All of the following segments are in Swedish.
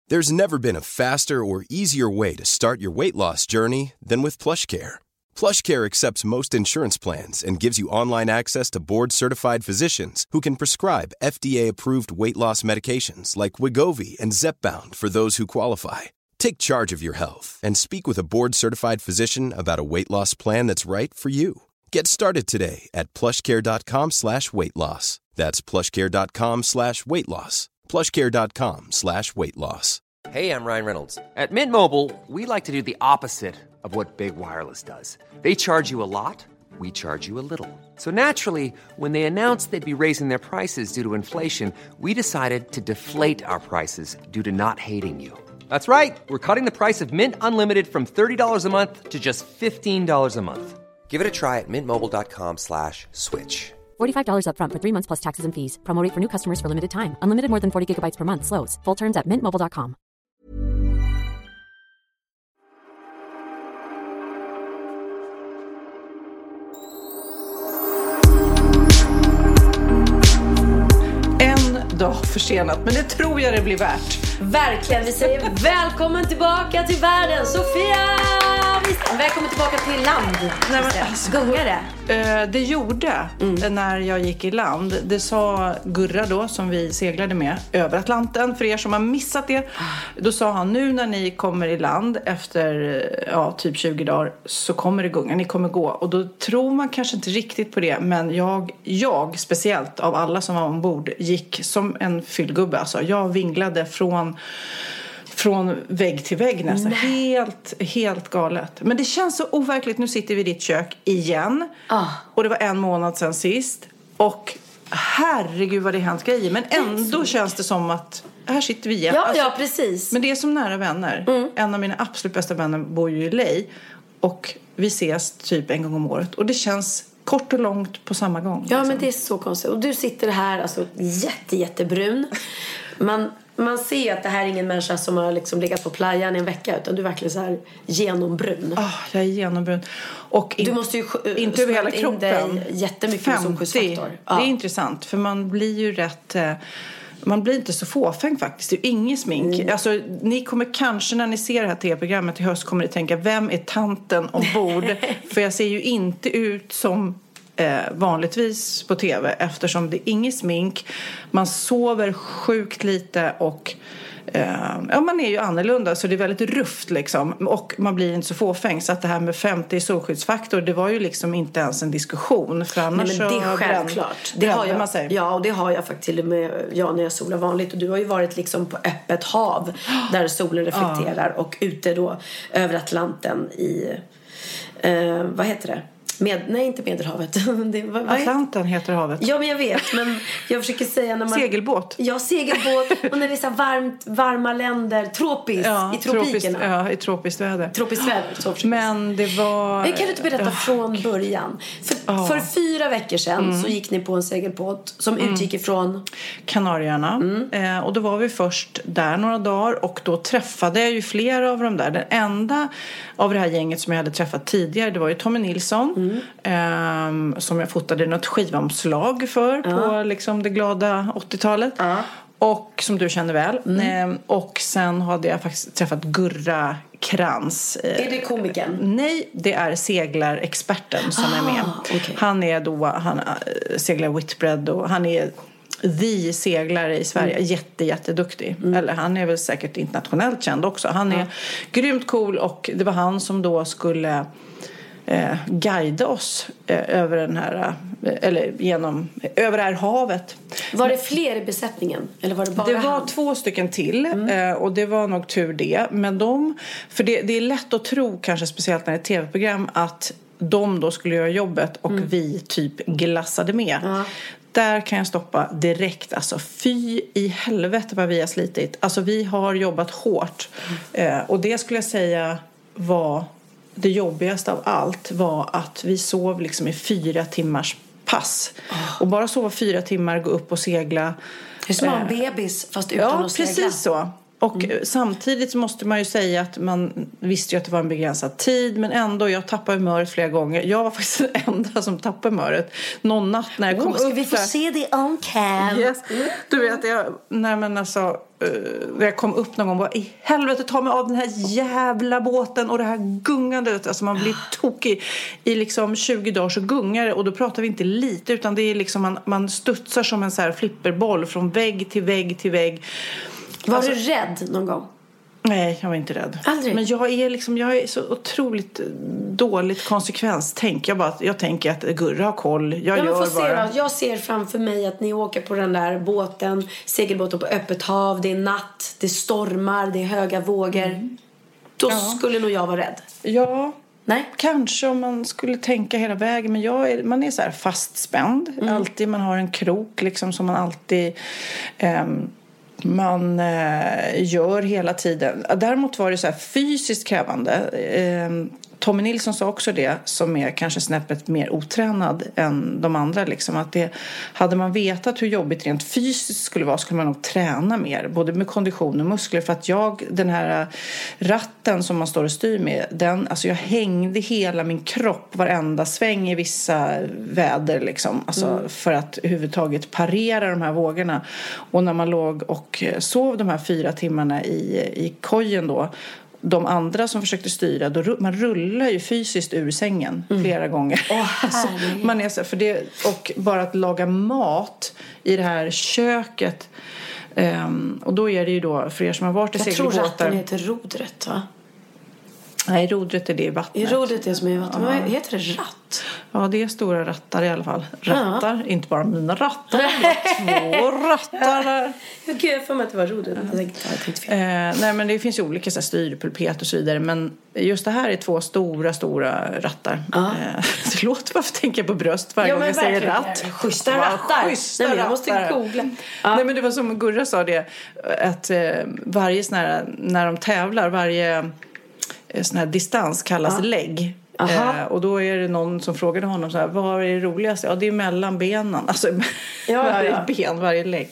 There's never been a faster or easier way to start your weight loss journey than with PlushCare. PlushCare accepts most insurance plans and gives you online access to board-certified physicians who can prescribe FDA-approved weight loss medications like Wegovy and Zepbound for those who qualify. Take charge of your health and speak with a board-certified physician about a weight loss plan that's right for you. Get started today at plushcare.com/weightloss. That's plushcare.com/weightloss. plushcare.com/weightloss. Hey, I'm Ryan Reynolds. At Mint Mobile, we like to do the opposite of what Big Wireless does. They charge you a lot, we charge you a little. So naturally, when they announced they'd be raising their prices due to inflation, we decided to deflate our prices due to not hating you. That's right. We're cutting the price of Mint Unlimited from $30 a month to just $15 a month. Give it a try at mintmobile.com/switch. $45 up front for 3 months plus taxes and fees. Promo rate for new customers for limited time. Unlimited more than 40 gigabytes per month. Slows full terms at mintmobile.com. En dag försenat, men det tror jag det blir värt. Verkligen, vi säger välkommen tillbaka till världen, Sofia! Välkommen tillbaka till land. Nej, men alltså, gungar det? Det gjorde när jag gick i land. Det sa Gurra då, som vi seglade med över Atlanten. För er som har missat det, då sa han, nu när ni kommer i land efter typ 20 dagar så kommer det gunga, ni kommer gå. Och då tror man kanske inte riktigt på det, men jag speciellt av alla som var ombord gick som en fyllgubbe. Alltså, jag vinglade från vägg till vägg nästan. Helt galet. Men det känns så overkligt. Nu sitter vi i ditt kök igen. Och det var 1 månad sedan sist. Och herregud vad det hänt grejer. Men ändå känns det som att här sitter vi igen. Ja, precis. Men det är som nära vänner. En av mina absolut bästa vänner bor ju i LA. Och vi ses typ 1 gång om året. Och det känns kort och långt på samma gång. Ja, men det är så konstigt. Och du sitter här alltså jättebrun. Man ser att det här är ingen människa som har liksom legat på playan i en vecka, utan du är verkligen så här genombrun. Jag är genombrun. Och du måste ju inte över hela kroppen. Jättemycket 50. Det är intressant, för man blir ju rätt... Man blir inte så fåfäng faktiskt. Det är inget smink. Alltså, ni kommer kanske när ni ser det här tv-programmet i höst kommer ni tänka, vem är tanten ombord? För jag ser ju inte ut som vanligtvis på tv, eftersom det är inget smink. Man sover sjukt lite och man är ju annorlunda, så det är väldigt rufft liksom, och man blir inte så fåfäng. Så att det här med 50 solskyddsfaktor, det var ju liksom inte ens en diskussion, för annars. Nej, men det är självklart. Det har jag, ja, och det har jag faktiskt till och med när jag solar vanligt. Och du har ju varit liksom på öppet hav där solen reflekterar och ute då över Atlanten i vad heter det? Nej, inte Medelhavet. Atlanten heter havet. Ja, men jag vet. Men jag försöker säga när man... Segelbåt. Ja, segelbåt. Och när det är så varma länder. Tropiskt. I tropikerna. I tropiskt väder. Tropiskt väder. Så men det var... Men kan du inte berätta från början? För 4 veckor sedan så gick ni på en segelbåt som utgick ifrån... Kanarieöarna. Och då var vi först där några dagar. Och då träffade jag ju flera av dem där. Den enda av det här gänget som jag hade träffat tidigare, det var ju Tommy Nilsson. Som jag fotade något skivomslag för på liksom det glada 80-talet. Och som du känner väl. Och sen hade jag faktiskt träffat Gurra Krantz. Är det komikern? Nej, det är seglarexperten som är med. Okay. Han är då, han seglar Whitbread och han är the seglare i Sverige. Jätteduktig. Eller han är väl säkert internationellt känd också. Han är grymt cool, och det var han som då skulle guida oss över den här, eller över det här havet. Var det fler i besättningen? Eller var det bara det var 2 stycken till, och det var nog tur det. Men för det är lätt att tro, kanske speciellt när det är ett tv-program, att de då skulle göra jobbet och vi typ glassade med. Där kan jag stoppa direkt. Alltså fy i helvete vad vi har slitit. Alltså vi har jobbat hårt. Och det skulle jag säga var det jobbigaste av allt, var att vi sov liksom i 4 timmars pass. Och bara sova 4 timmar, gå upp och segla. Det är som en bebis fast utan att segla. Ja, precis så. Och samtidigt så måste man ju säga att man visste ju att det var en begränsad tid. Men ändå, jag tappade humöret flera gånger. Jag var faktiskt den enda som tappade humöret. Någon natt när jag kom upp. Ska vi få se det on cam? Yes. Du vet, när jag kom upp någon gång. Bara, i helvete, ta mig av den här jävla båten. Och det här gungandet. Alltså man blir tokig. I liksom 20 dagar så gungar det. Och då pratar vi inte lite. Utan det är liksom man studsar som en så här flipperboll. Från vägg till vägg till vägg. Var du rädd någon gång? Nej, jag var inte rädd. Aldrig? Men jag är så otroligt dåligt konsekvenstänk. Jag tänker att Gurra har koll. Jag ser framför mig att ni åker på den där båten, segelbåten på öppet hav. Det är natt, det stormar, det är höga vågor. Då skulle nog jag vara rädd. Ja, nej? Kanske om man skulle tänka hela vägen. Men man är så här fastspänd. Alltid, man har en krok liksom, som man alltid... man gör hela tiden. Däremot var det så här fysiskt krävande. Tommy Nilsson sa också det, som är kanske snäppet mer otränad än de andra. Liksom, att hade man vetat hur jobbigt rent fysiskt skulle vara, skulle man nog träna mer. Både med kondition och muskler. För att den här ratten som man står och styr med, jag hängde hela min kropp varenda sväng i vissa väder. Liksom, för att överhuvudtaget parera de här vågorna. Och när man låg och sov de här 4 timmarna i kojen då, de andra som försökte styra, man rullar ju fysiskt ur sängen flera gånger. Alltså, man är så, för det, och bara att laga mat i det här köket. Och då är det ju då, för er som har varit i segelbåtar. Jag tror ratten heter rodret, va? Nej, rodret är det i vattnet. Är rodret det som är i vattnet? Men vad heter det, ratt? Ja, det är stora rattar i alla fall. Rattar, inte bara mina rattar. Två rattar där. Gud, jag får mig att det var rodret. Jag tänkte fel. Nej, men det finns ju olika så här, styrpulpet och så vidare. Men just det här är 2 stora rattar. Det låter, varför tänker jag på bröst varje gång jag säger ratt? Schyssta rattar. Nej, men jag måste googla. Nej, men det var som Gurra sa det. Att varje sån här, när de tävlar, varje sån här distans kallas lägg. Och då är det någon som frågade honom så här, vad är det roligaste? Ja, det är mellan benen. Alltså varje lägg.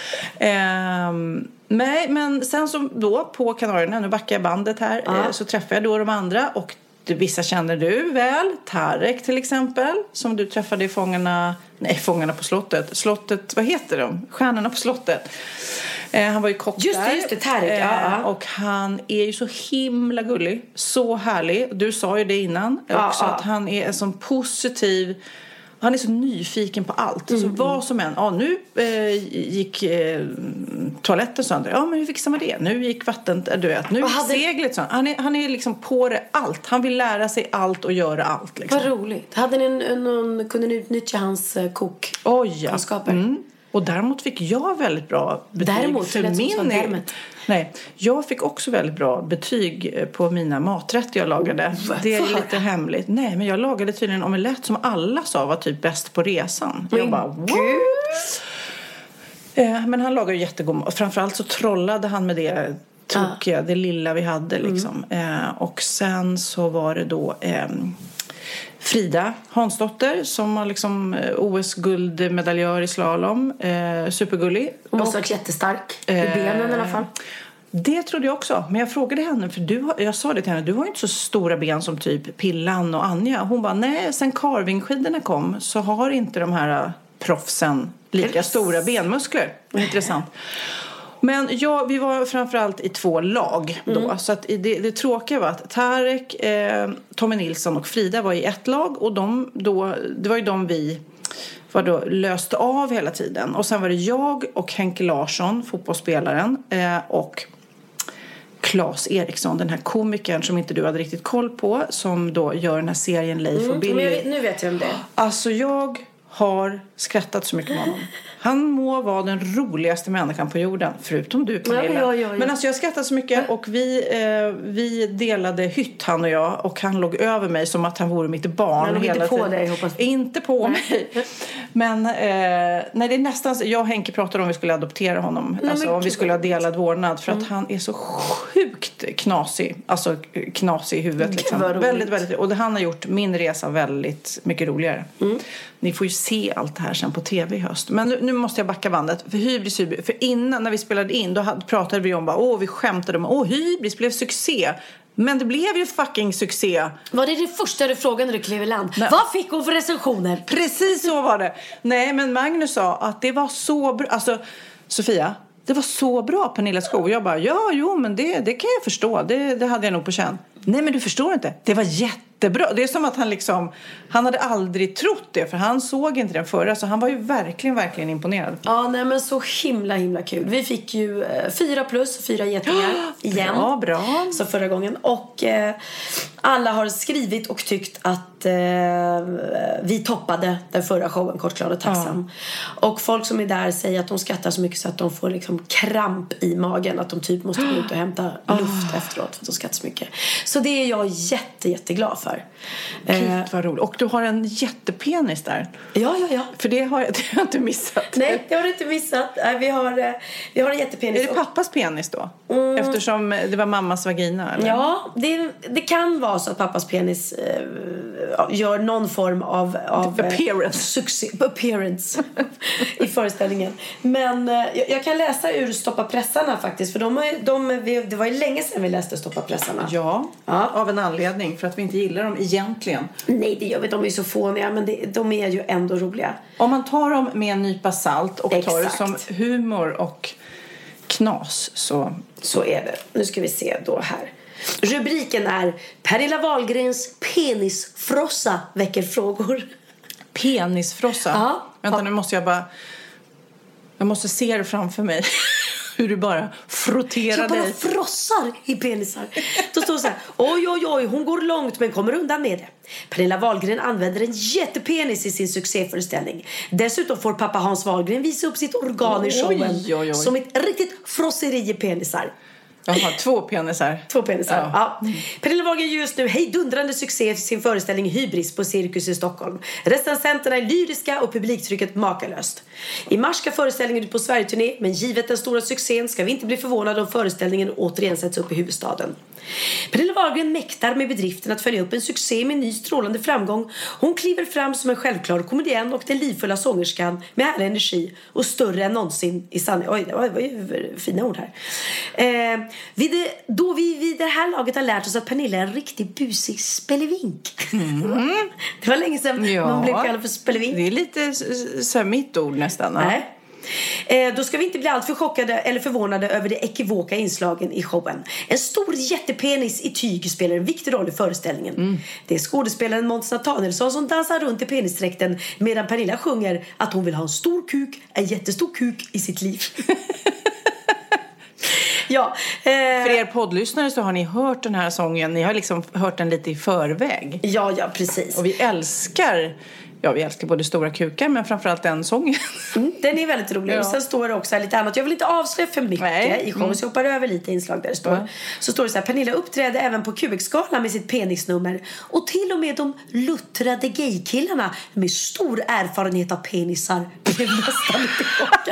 Nej, men sen så då på Kanarierna, nu backar jag bandet här, så träffade jag då de andra. Och vissa känner du väl. Tarek till exempel, som du träffade i Fångarna på slottet. Slottet, vad heter de? Stjärnorna på slottet. Han var ju kock där. Just det, Tarek. Och han är ju så himla gullig. Så härlig. Du sa ju det innan. Också att han är en sån positiv... Han är så nyfiken på allt. Så vad som än. Nu gick toaletten sönder. Ja, men hur fixar man det? Nu gick vattnet, du vet. Nu gick seglet sönder. Han är liksom på det allt. Han vill lära sig allt och göra allt. Liksom. Vad roligt. Kunde ni utnyttja hans kokkunskaper? Och däremot fick jag väldigt bra betyg för min. Nej, jag fick också väldigt bra betyg på mina maträtter jag lagade. Det är lite hemligt. Nej, men jag lagade tydligen omelett som alla sa var typ bäst på resan. Jag bara, men han lagade jättegod. Och framförallt så trollade han med det tokiga, det lilla vi hade liksom. Och sen så var det då Frida Hansdotter som har liksom OS-guldmedaljör i slalom. Supergullig. Hon måste ha varit jättestark i benen i alla fall. Det trodde jag också. Men jag frågade henne, för jag sa det till henne, du har ju inte så stora ben som typ Pillan och Anja. Hon bara, nej, sen carvingskidorna kom så har inte de här proffsen lika stora benmuskler. Intressant. Men vi var framförallt i 2 lag då. Så att det tråkiga var att Tarek, Tommy Nilsson och Frida var i ett lag. Och det var ju de vi löste av hela tiden. Och sen var det jag och Henke Larsson, fotbollsspelaren, och Claes Eriksson, den här komikern som inte du hade riktigt koll på, som då gör den här serien Leif och Billy. Nu vet jag om det. Alltså jag har skrattat så mycket med honom. Han må vara den roligaste människan på jorden, förutom du, Pernilla. Ja. Men alltså jag skrattar så mycket, och vi delade hytt, han och jag, och han låg över mig som att han vore mitt barn. Men inte på dig, hoppas jag. Inte på mig. Men det är nästan, jag och Henke pratade om vi skulle adoptera honom. Alltså om vi skulle ha delad vårdnad, för att han är så sjukt knasig. Alltså knasig i huvudet liksom. Väldigt, väldigt. Och han har gjort min resa väldigt mycket roligare. Ni får ju se allt det här sen på tv i höst. Men nu måste jag backa bandet. För hybris. För innan när vi spelade in, då pratade vi om vi skämtade om hybris blev succé. Men det blev ju fucking succé. Var det första du frågade när du klev i land? Nej. Vad fick hon för recensioner? Precis så var det. Nej, men Magnus sa att det var så bra. Alltså, Sofia, det var så bra Pernillas show. Jag bara, men det kan jag förstå. Det hade jag nog på känn. Nej, men du förstår inte. Det var jättebra. Det är som att han hade aldrig trott det. För han såg inte den förra. Så han var ju verkligen imponerad. Ja, nej men så himla kul. Vi fick ju 4 getingar igen. Bra. Så förra gången. Och alla har skrivit och tyckt att vi toppade den förra showen, Kortklad och tacksam. Och folk som är där säger att de skrattar så mycket så att de får liksom kramp i magen. Att de typ måste gå ut och hämta luft efteråt för att de skrattar så mycket. Så det är jag jätteglad för. Gud vad roligt. Och du har en jättepenis där. Ja. För det har jag inte missat. Nej, det har du inte missat. Vi har en jättepenis. Är det pappas penis då? Eftersom det var mammas vagina, eller? Ja, det kan vara så att pappas penis gör någon form av appearance i föreställningen. Men jag kan läsa ur Stoppa pressarna faktiskt. För det var ju länge sedan vi läste Stoppa pressarna. Ja, av en anledning. För att vi inte gillar dem egentligen. Nej, det gör vi. De är så fåniga. Men de är ju ändå roliga. Om man tar dem med en nypa salt och tar det som humor och knas så är det. Nu ska vi se då här. Rubriken är Pernilla Wahlgrens penisfrossa väcker frågor. Penisfrossa? Ja. Vänta, nu måste jag måste se det framför mig. Hur du bara frotterar dig. Jag bara frossar i penisar. Då står det så här: oj, hon går långt men kommer undan med det. Pernilla Wahlgren använder en jättepenis i sin succéföreställning. Dessutom får pappa Hans Wahlgren visa upp sitt organ i showen. Oj. Som ett riktigt frosseri i penisar. Jaha, 2 penisar. 2 penisar, ja. Pernilla Wahlgren just nu hejdundrande succé i sin föreställning Hybris på Cirkus i Stockholm. Recensenterna är lyriska och publiktrycket makalöst. I mars ska föreställningen ut på Sverigeturné, men givet den stora succén ska vi inte bli förvånade om föreställningen återigen sätts upp i huvudstaden. Pernilla Wahlgren mäktar med bedriften att följa upp en succé med ny strålande framgång. Hon kliver fram som en självklar komedian och den livfulla sångerskan med härlig energi och större än någonsin i sanning. Oj, det var ju fina ord här. Då vi vid det här laget har lärt oss att Pernilla är en riktigt busig spelevink. Det var länge sedan man blev kallad för spelevink. Det är lite så mitt ord nästan. Nej. Då ska vi inte bli allt för chockade eller förvånade över de ekivoka inslagen i showen. En stor jättepenis i tyg spelar en viktig roll i föreställningen. Det är skådespelaren Måns Nathanielsson som dansar runt i penisdräkten medan Pernilla sjunger att hon vill ha en stor kuk, en jättestor kuk i sitt liv. Ja, för er poddlyssnare så har ni hört den här sången. Ni har liksom hört den lite i förväg. Ja, precis. Och vi älskar både stora kukar, men framförallt den sången. Den är väldigt rolig. Ja. Och sen står det också lite annat. Jag vill inte avslöja för mycket i showen, så jag hoppar över lite inslag där det står. Så står det så här: Pernilla uppträdde även på QX-galan med sitt penisnummer. Och till och med de luttrade gaykillarna med stor erfarenhet av penisar blev nästan lite chockade.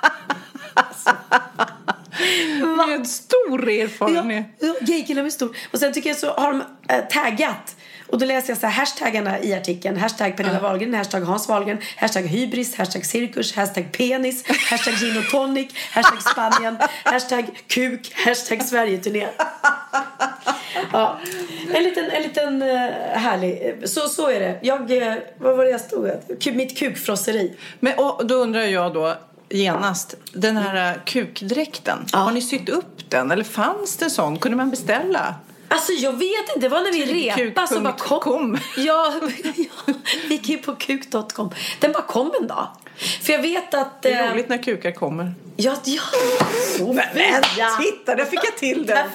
Med stor erfarenhet. Ja, gaykillar med stor. Och sen tycker jag så har de taggat. Och då läser jag så här hashtaggarna i artikeln. Hashtag Pernilla Wahlgren, hashtag Hans Wahlgren, hashtag hybris, hashtag cirkus, hashtag penis, hashtag gin och tonic, hashtag Spanien, hashtag kuk, hashtag Sverigeturné. Ja, en liten härlig. Så är det. Vad var det jag stod? Mitt kukfrosseri. Men då undrar jag då genast, den här kukdräkten, har ni sytt upp den? Eller fanns det sån? Kunde man beställa? Alltså jag vet inte, det var när vi repade så bara kom. Ja, vi gick ju på kuk.com. Den bara kom en dag. För jag vet att det är roligt när kukar kommer. Ja. Men titta, där fick jag till den.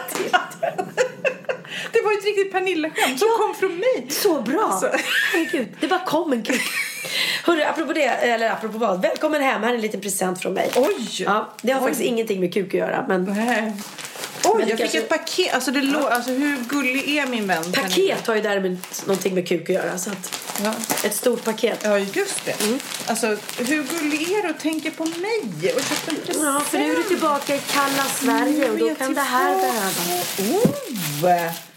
Det var ju ett riktigt Pernilla-skämt som kom från mig. Så bra. Herregud, det bara kom en kuk. Hörru, apropå vad, välkommen hem, här är en liten present från mig. Oj! Ja, det har faktiskt ingenting med kuk att göra, men... Nej. Oj, jag fick ett paket. Alltså, hur gullig är min vän? Paket har ju därmed någonting med kuk att göra. Så att, ett stort paket. Ja, just det. Alltså, hur gullig är du och tänker på mig? Och köpa en present. Ja, för nu är du tillbaka i kalla Sverige och då kan det här behövas.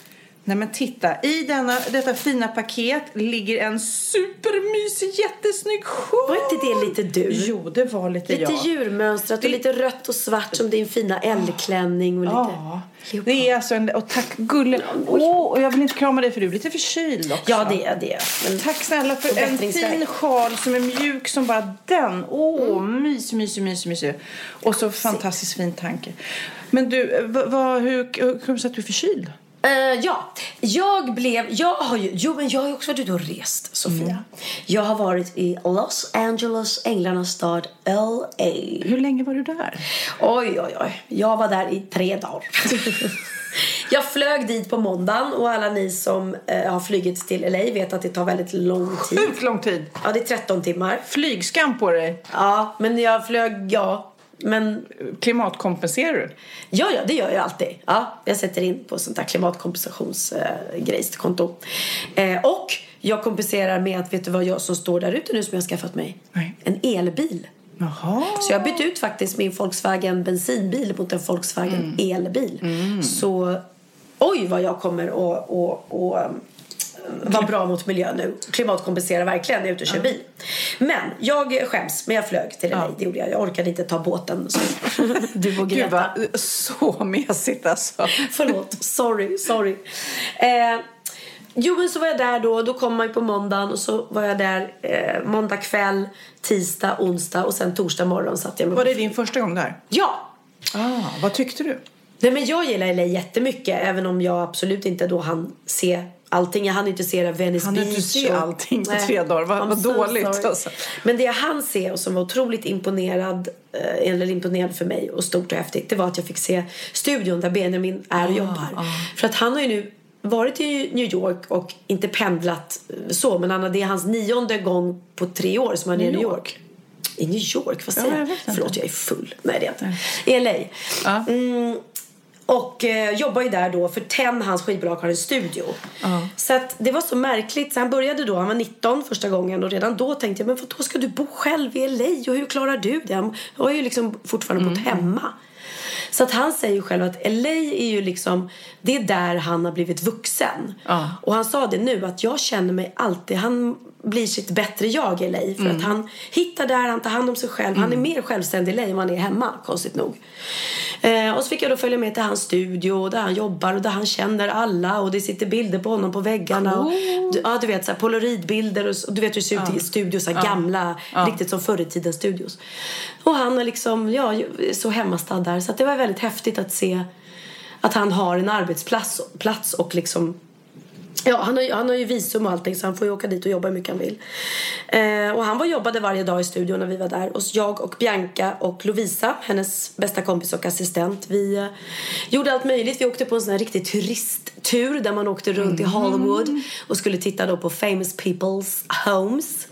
Nej men titta, i detta fina paket ligger en supermysig, jättesnygg sjal. Var inte det lite du? Jo, det var lite jag. Lite djurmönstrat och lite rött och svart som din fina älgklänning och lite... Ja, det är alltså och tack gulle. Och jag vill inte krama dig för du är lite förkyld också. Ja, det är det. Men tack snälla för en fin sjal som är mjuk som bara den. Mys. Och så fantastiskt fin tanke. Men du, hur kom det sig att du är förkyld? Ja, jag har ju också varit ute och rest, Sofia. Jag har varit i Los Angeles, änglarnas stad, LA. Hur länge var du där? Oj. Jag var där i 3 dagar. Jag flög dit på måndagen och alla ni som har flygit till LA vet att det tar väldigt lång tid. Sjukt lång tid. Ja, det är 13 timmar. Flygskam på dig. Ja, men jag flög, men klimatkompenserar du? Ja, det gör jag alltid. Ja, jag sätter in på sånt där klimatkompensationsgrejskonto. Och jag kompenserar med att, vet du vad jag som står där ute nu som jag har skaffat mig? Nej. En elbil. Jaha. Så jag har bytt ut faktiskt min Volkswagen bensinbil mot en Volkswagen elbil. Så oj vad jag kommer att var bra mot miljön nu. Klimatkompensera verkligen när jag är ute och kör bil. Men jag skäms. Men jag flög till dig. Det gjorde jag. Jag orkade inte ta båten. Så. Du och Greta. Gud vad så mesigt alltså. Förlåt. Sorry. Men så var jag där då. Då kom man ju på måndagen. Och så var jag där måndag kväll, tisdag, onsdag. Och sen torsdag morgon satt jag med. Var det din första gång där? Ja. Vad tyckte du? Nej, men jag gillar LA jättemycket. Även om jag absolut inte då hann se allting. Jag hann inte se Venice Beach. Han inte se allting på 3 dagar. Vad dåligt alltså. Men det jag hann se och som var otroligt imponerad för mig och stort och häftigt, det var att jag fick se studion där Benjamin är och jobbar. För att han har ju nu varit i New York och inte pendlat så, men det är hans 9:e gång på 3 år som han är i New York. I New York, vad säger jag? Förlåt, jag är full. Nej, det är inte. I LA. Och jobbar ju där då, för TEN, hans skivbolag, har en studio. Så att det var så märkligt. Så han började då, han var 19 första gången. Och redan då tänkte jag, men vad då ska du bo själv i LA? Och hur klarar du det? Jag har ju liksom fortfarande bott hemma. Så att han säger ju själv att LA är ju liksom, det är där han har blivit vuxen. Och han sa det nu, att jag känner mig alltid, han blir sitt bättre jag i LA. För att han hittar där, han tar hand om sig själv. Han är mer självständig i LA än han är hemma, konstigt nog. Och så fick jag då följa med till hans studio där han jobbar och där han känner alla. Och det sitter bilder på honom på väggarna. Och, du vet, så här, polaroidbilder. Och du vet hur det ser ut i studios, så här, gamla, riktigt som förr i tiden studios. Och han är liksom, så hemmastad där. Så att det var väldigt häftigt att se att han har en arbetsplats och liksom... Ja, han har ju visum och allting, så han får ju åka dit och jobba hur mycket han vill. Och han jobbade varje dag i studion när vi var där. Och jag och Bianca och Lovisa, hennes bästa kompis och assistent, vi gjorde allt möjligt. Vi åkte på en sån här riktig turisttur där man åkte runt i Hollywood och skulle titta då på famous people's homes.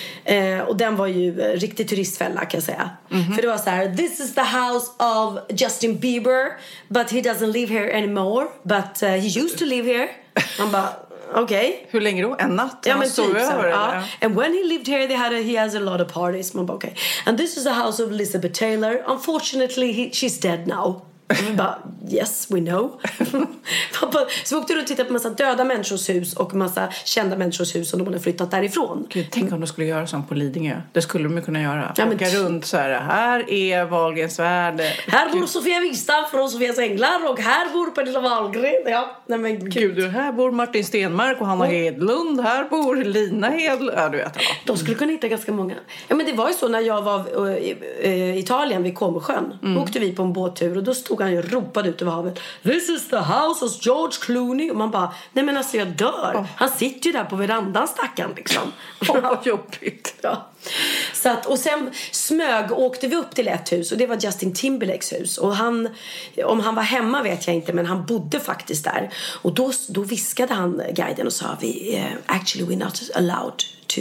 Och den var ju riktigt turistfälla, kan jag säga. För det var så här: this is the house of Justin Bieber, but he doesn't live here anymore, but he used to live here. Man bara, okay. Hur länge då? En natt? Ja, men typ så. And when he lived here he has a lot of parties. Man bara, okay. And this is the house of Elizabeth Taylor. Unfortunately she's dead now. Och vi bara, yes, we know. Så vi åkte runt och tittade på massa döda människors hus och massa kända människors hus som de hade flyttat därifrån. Gud, tänk om de skulle göra sånt på Lidingö. Det skulle de kunna göra. Åka runt så här är Wahlgrens värld. Här bor Sofia Wistam från Sofias Änglar och här bor Pernilla Wahlgren. Ja, nej men gud, här bor Martin Stenmark och Hanna Hedlund. Här bor Lina Hedlund. Ja, du vet. De skulle kunna hitta ganska många. Ja, men det var ju så när jag var i Italien vid Comosjön. Då åkte vi på en båttur och då stod han ju och ropade ut över havet: this is the house of George Clooney. Och man bara, nej men alltså jag dör. Han sitter ju där på verandan, stackaren liksom. Vad jobbigt. Ja. Så att, och sen åkte vi upp till ett hus och det var Justin Timberlakes hus. Och om han var hemma vet jag inte, men han bodde faktiskt där. Och då viskade han guiden och sa, actually we're not allowed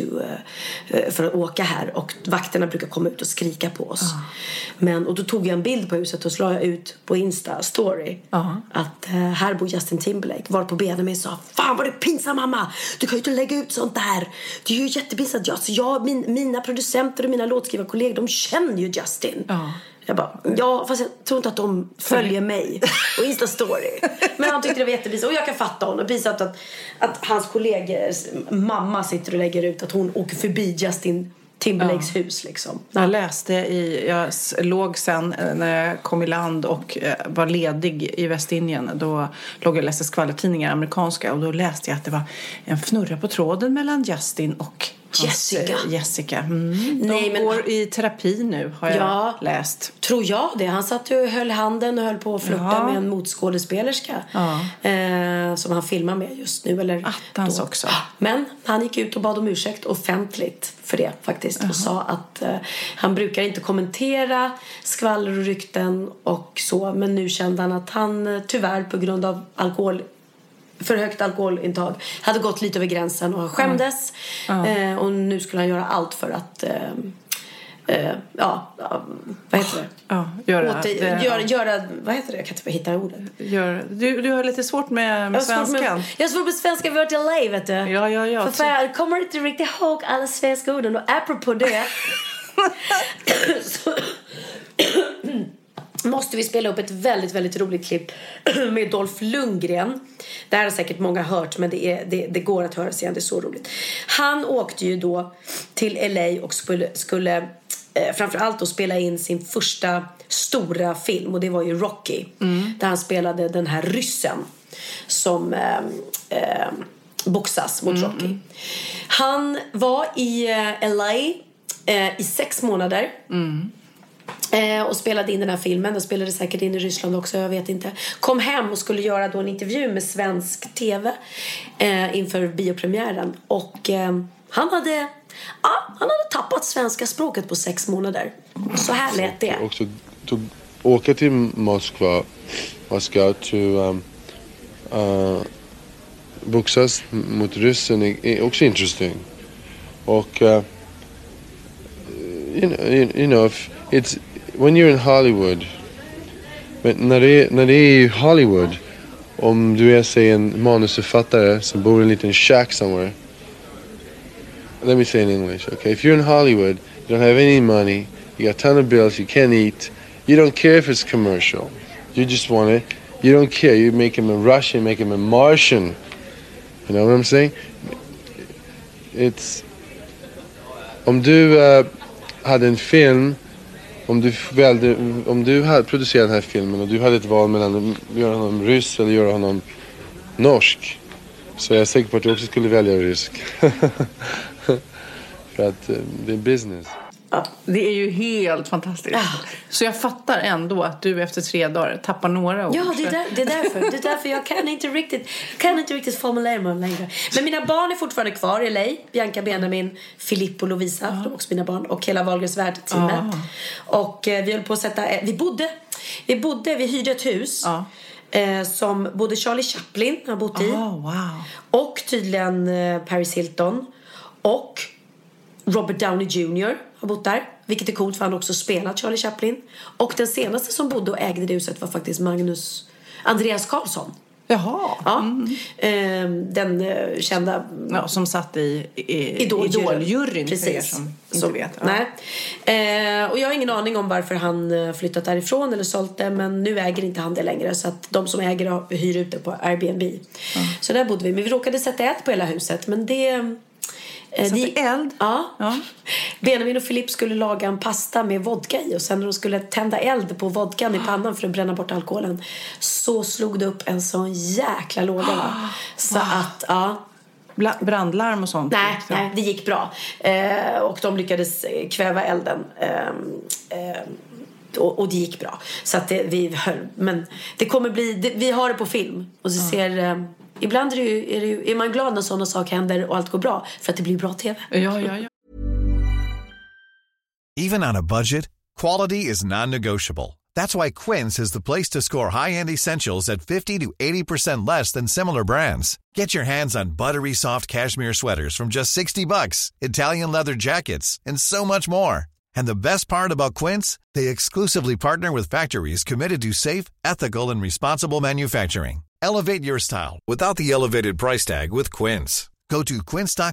för att åka här, och vakterna brukar komma ut och skrika på oss. Och då tog jag en bild på huset och slog jag ut på Insta story att här bor Justin Timberlake. Var på Benjamin sa, fan vad det är pinsamt mamma, du kan ju inte lägga ut sånt där, det är ju jättepinsamt. Mina producenter och mina låtskrivarkollegor, de känner ju Justin. Jag bara, ja, fast jag tror inte att de följer mig och Insta-story. Men han tyckte det var jättepisigt. Och jag kan fatta honom. Pisat att hans kollegors mamma sitter och lägger ut att hon åker förbi Justin Timberlakes hus liksom. Jag låg sen när jag kom i land och var ledig i Västindien. Då låg jag och läste skvallertidningar, amerikanska. Och då läste jag att det var en fnurra på tråden mellan Justin och Jessica. De går i terapi nu, har jag läst. Tror jag det. Han satt och höll handen och höll på att flirta med en motskådespelerska som han filmar med just nu. Eller attans också. Men han gick ut och bad om ursäkt offentligt för det faktiskt. Och sa att han brukar inte kommentera skvaller och rykten och så. Men nu kände han att han tyvärr på grund av för högt alkoholintag hade gått lite över gränsen och han skämdes. Och nu skulle han göra allt för att vad heter det? Göra vad heter det? Jag kan inte hitta ordet. Du har lite svårt med svenskan. Jag har svårt med svenska. Vi har varit i LA, vet du. Ja. För jag kommer inte riktigt ihåg alla svenska orden. Och apropå det så måste vi spela upp ett väldigt, väldigt roligt klipp med Dolph Lundgren. Det här har säkert många hört, men det går att höra sen. Det är så roligt. Han åkte ju då till LA och skulle framförallt då spela in sin första stora film. Och det var ju Rocky. Där han spelade den här ryssen som boxas mot Rocky. Han var i LA i 6 månader. Och spelade in den här filmen. Den spelade säkert in i Ryssland också, jag vet inte. Kom hem och skulle göra då en intervju med svensk tv inför biopremiären. Och han hade tappat svenska språket på 6 månader. Så här lät det. Och så åka till Moskva till boxas mot ryssen är också intressant. Och you know it's when you're in Hollywood, men när det är i Hollywood, om du är säg en manusförfattare som bor i en liten shack somewhere, let me say in English, okay? If you're in Hollywood, you don't have any money, you got a ton of bills, you can't eat, you don't care if it's commercial, you just want it, you don't care, you make him a Russian, make him a Martian, you know what I'm saying? It's om du hade en film, om du hade producerat den här filmen och du hade ett val mellan att göra honom ryss eller göra honom norsk, så jag är säker på att du också skulle välja rysk. För att det är business. Ja, det är ju helt fantastiskt. Så jag fattar ändå att du efter 3 dagar tappar några ord. Ja, det är därför jag kan inte riktigt formulera mig längre. Men mina barn är fortfarande kvar i LA. Bianca, Benjamin, Filippo och Lovisa, de är också mina barn. Och hela Wahlgrens värld-teamet. Och vi höll på att sätta... Vi hyrde ett hus. Som både Charlie Chaplin har bott i. Och tydligen Paris Hilton. Och Robert Downey Jr. har bott där. Vilket är coolt, för han också spelat Charlie Chaplin. Och den senaste som bodde och ägde det huset var faktiskt Andreas Karlsson. Jaha. Ja. Den kända... Ja, som satt i Idol-juryn. Precis. Som inte vet. Ja. Nej. Och jag har ingen aning om varför han flyttat därifrån eller sålt det. Men nu äger inte han det längre. Så att de som äger hyr ut det på Airbnb. Så där bodde vi. Men vi råkade sätta eld på hela huset. Men det... eld? Ja. Benjamin och Filip skulle laga en pasta med vodka i. Och sen när de skulle tända eld på vodkan i pannan för att bränna bort alkoholen, så slog det upp en sån jäkla låga, va? Så att, brandlarm och sånt? Nej, det gick bra. Och de lyckades kväva elden. Och det gick bra. Så att vi höll. Men det kommer bli... vi har det på film. Och så ser... Ibland är man glad när sådana saker händer och allt går bra, för att det blir bra tv. Ja. Even on a budget, quality is non-negotiable. That's why Quince is the place to score high-end essentials at 50 to 80% less than similar brands. Get your hands on buttery soft cashmere sweaters from just $60, Italian leather jackets, and so much more. And the best part about Quince, they exclusively partner with factories committed to safe, ethical, and responsible manufacturing. Elevate your style without the elevated price tag with Quince. Go to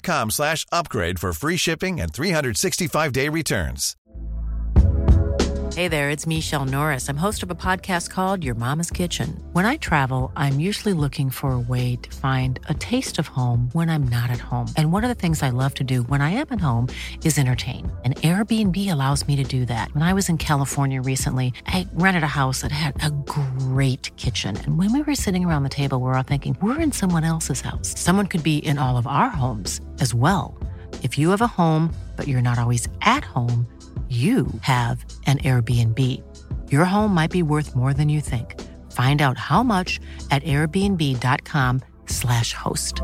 quince.com/upgrade for free shipping and 365-day returns. Hey there, it's Michelle Norris. I'm host of a podcast called Your Mama's Kitchen. When I travel, I'm usually looking for a way to find a taste of home when I'm not at home. And one of the things I love to do when I am at home is entertain. And Airbnb allows me to do that. When I was in California recently, I rented a house that had a great kitchen. And when we were sitting around the table, we were all thinking, we're in someone else's house. Someone could be in all of our homes as well. If you have a home, but you're not always at home, you have an Airbnb. Your home might be worth more than you think. Find out how much at airbnb.com/host.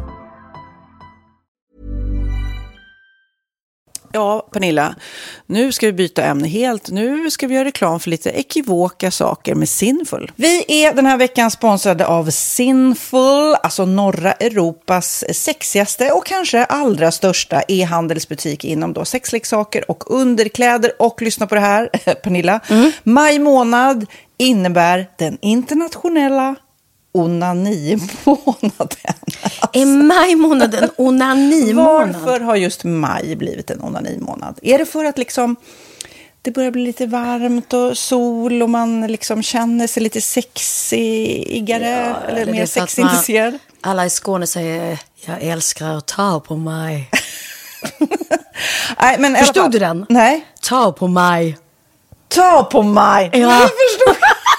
Ja, Pernilla, nu ska vi byta ämne helt. Nu ska vi göra reklam för lite ekivoka saker med Sinful. Vi är den här veckan sponsrade av Sinful, alltså norra Europas sexigaste och kanske allra största e-handelsbutik inom då sexleksaker och underkläder. Och lyssna på det här, Pernilla. Maj månad innebär den internationella onani-månaden. Är maj-månad en onani-månad? Varför har just maj blivit en onani-månad? Är det för att liksom det börjar bli lite varmt och sol och man liksom känner sig lite sexigare eller mer sexintresserad? Alla i Skåne säger jag älskar att ta på mig. Nej, men förstod du den? Nej. Ta på mig. Ta på mig. Ja. Jag förstod.